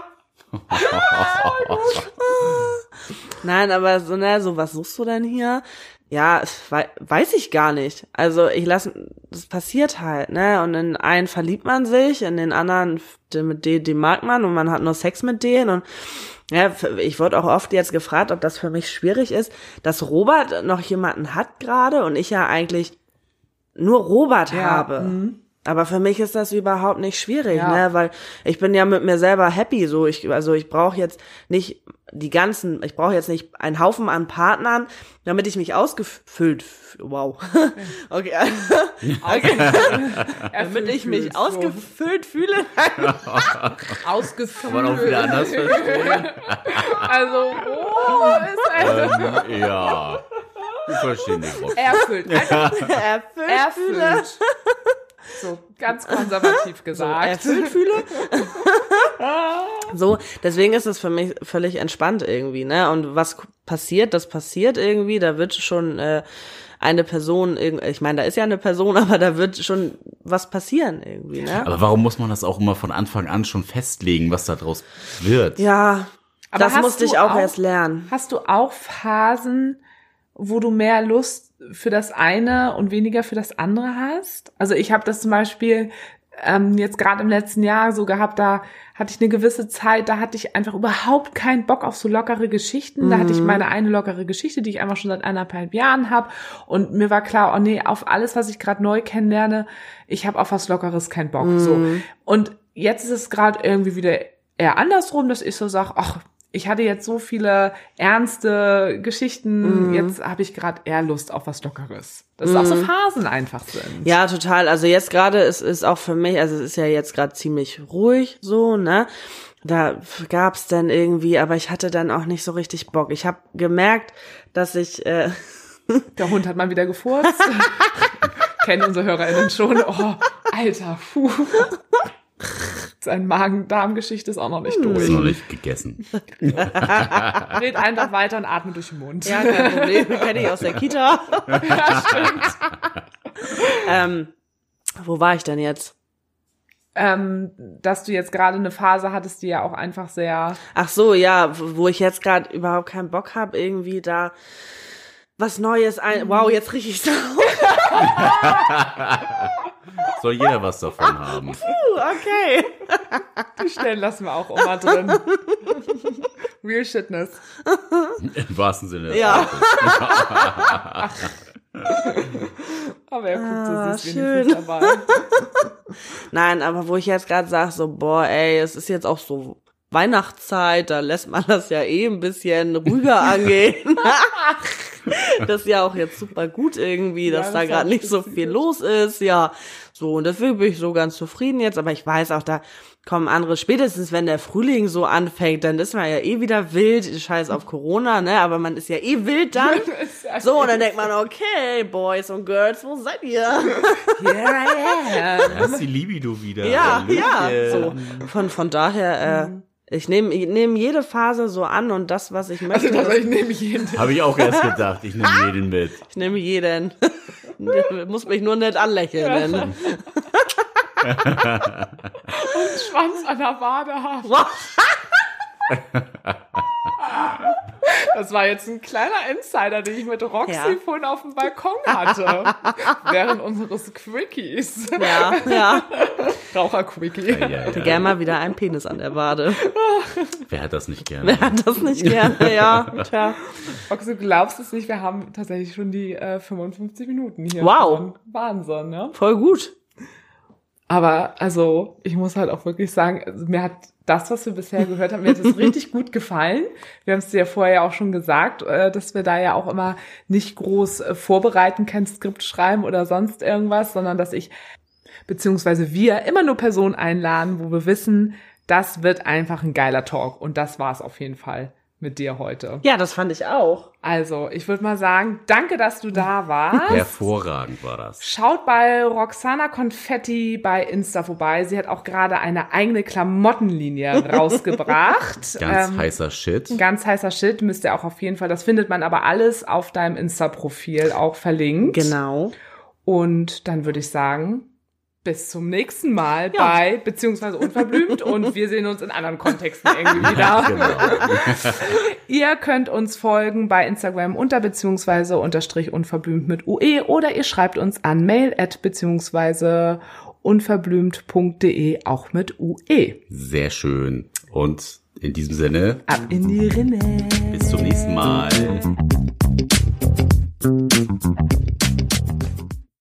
Nein, aber so, ne, so, was suchst du denn hier? Ja, weiß ich gar nicht. Also ich lasse, das passiert halt, ne? Und in einen verliebt man sich, in den anderen, mit denen, den mag man und man hat nur Sex mit denen. Und ja, ich wurde auch oft jetzt gefragt, ob das für mich schwierig ist, dass Robert noch jemanden hat gerade und ich ja eigentlich nur Robert ja, habe. Mhm. Aber für mich ist das überhaupt nicht schwierig, ja. ne, weil ich bin ja mit mir selber happy, so ich also ich brauche jetzt nicht die ganzen, ich brauche jetzt nicht einen Haufen an Partnern, damit ich mich ausgefüllt, wow, okay, okay. damit ich mich ausgefüllt fühle, ausgefüllt, kann man auch wieder anders verstehen. Also, oh, ist also ähm, ja, ich verstehe nicht. Erfüllt, erfüllt, erfüllt. So, ganz konservativ gesagt. So, erfüllt fühle. So, deswegen ist es für mich völlig entspannt irgendwie, ne? Und was passiert, das passiert irgendwie, da wird schon äh, eine Person, ich meine, da ist ja eine Person, aber da wird schon was passieren irgendwie, ne? Aber warum muss man das auch immer von Anfang an schon festlegen, was da draus wird? Ja, aber das musste ich auch, auch erst lernen. Hast du auch Phasen, wo du mehr Lust für das eine und weniger für das andere hast? Also ich habe das zum Beispiel ähm, jetzt gerade im letzten Jahr so gehabt, da hatte ich eine gewisse Zeit, da hatte ich einfach überhaupt keinen Bock auf so lockere Geschichten. Mhm. Da hatte ich meine eine lockere Geschichte, die ich einfach schon seit eineinhalb Jahren habe und mir war klar, oh nee, auf alles, was ich gerade neu kennenlerne, ich habe auf was Lockeres keinen Bock. Mhm. So. Und jetzt ist es gerade irgendwie wieder eher andersrum, dass ich so sage, ach, ich hatte jetzt so viele ernste Geschichten, mm. jetzt habe ich gerade eher Lust auf was Lockeres. Dass mm. es auch so Phasen einfach sind. Ja, total. Also jetzt gerade ist ist auch für mich, also es ist ja jetzt gerade ziemlich ruhig so, ne? Da gab's dann irgendwie, aber ich hatte dann auch nicht so richtig Bock. Ich habe gemerkt, dass ich äh der Hund hat mal wieder gefurzt. Kennen unsere HörerInnen schon. Oh, Alter, puh. Seine Magen-Darm-Geschichte ist auch noch nicht durch. Ist noch nicht gegessen. Red einfach weiter und atme durch den Mund. Ja, kein Problem. Kenne ich aus der Kita. Ja, stimmt. ähm, wo war ich denn jetzt? ähm, dass du jetzt gerade eine Phase hattest, die ja auch einfach sehr... Ach so, ja, wo ich jetzt gerade überhaupt keinen Bock habe, irgendwie da was Neues ein... Wow, jetzt riech ich's auch. Soll jeder was davon haben. Uh, okay. Die Stellen lassen wir auch immer drin. Real Shitness. Im wahrsten Sinne des Ja. Wortes. Aber er guckt Ah, so süß schön. wenigstens dabei. Nein, aber wo ich jetzt gerade sage, so, boah, ey, es ist jetzt auch so Weihnachtszeit, da lässt man das ja eh ein bisschen ruhiger angehen. Das ist ja auch jetzt super gut irgendwie, dass Ja, da das gerade hat nicht so sich viel los ist, ja. So, und dafür bin ich so ganz zufrieden jetzt, aber ich weiß auch, da kommen andere, spätestens wenn der Frühling so anfängt, dann ist man ja eh wieder wild, scheiß auf Corona, ne, aber man ist ja eh wild dann. So, und dann denkt man, okay, Boys und Girls, wo seid ihr? Here I am. Da ist die Libido wieder. Ja, ja, Hallöchen. so. Von, von daher, äh, ich nehme ich nehm jede Phase so an und das, was ich möchte, Also, ich nehme jeden. Habe ich auch erst gedacht, ich nehme jeden mit. ich nehme jeden. Muss mich nur nett anlächeln. Ne? Schwanz an der Wade haben. Das war jetzt ein kleiner Insider, den ich mit Roxy Ja. vorhin auf dem Balkon hatte. Während unseres Quickies. Ja, ja. Raucher-Quickie. Ja, ja, Hätte ja. gerne mal wieder einen Penis an der Wade. Wer hat das nicht gerne? Wer hat das nicht gerne? Ja, tja. Roxy, du glaubst es nicht, wir haben tatsächlich schon die äh, fünfundfünfzig Minuten hier. Wow. Schon. Wahnsinn, ne? Voll gut. Aber also, ich muss halt auch wirklich sagen, also, mir hat das, was wir bisher gehört haben, mir hat das richtig gut gefallen. Wir haben es dir ja vorher ja auch schon gesagt, äh, dass wir da ja auch immer nicht groß äh, vorbereiten, kein Skript schreiben oder sonst irgendwas, sondern dass ich, beziehungsweise wir, immer nur Personen einladen, wo wir wissen, das wird einfach ein geiler Talk. Und das war es auf jeden Fall mit dir heute. Ja, das fand ich auch. Also, ich würde mal sagen, danke, dass du da warst. Hervorragend war das. Schaut bei Roxana Confetti bei Insta vorbei. Sie hat auch gerade eine eigene Klamottenlinie rausgebracht. Ganz Ähm, heißer Shit. Ganz heißer Shit, müsst ihr auch auf jeden Fall. Das findet man aber alles auf deinem Insta-Profil auch verlinkt. Genau. Und dann würde ich sagen, bis zum nächsten Mal Ja. bei, beziehungsweise unverblümt. Und wir sehen uns in anderen Kontexten irgendwie wieder. Genau. Ihr könnt uns folgen bei Instagram unter beziehungsweise unterstrich unverblümt mit U E oder ihr schreibt uns an mail at beziehungsweise unverblümt punkt de auch mit U E. Sehr schön. Und in diesem Sinne, Ab in die Rinne. bis zum nächsten Mal.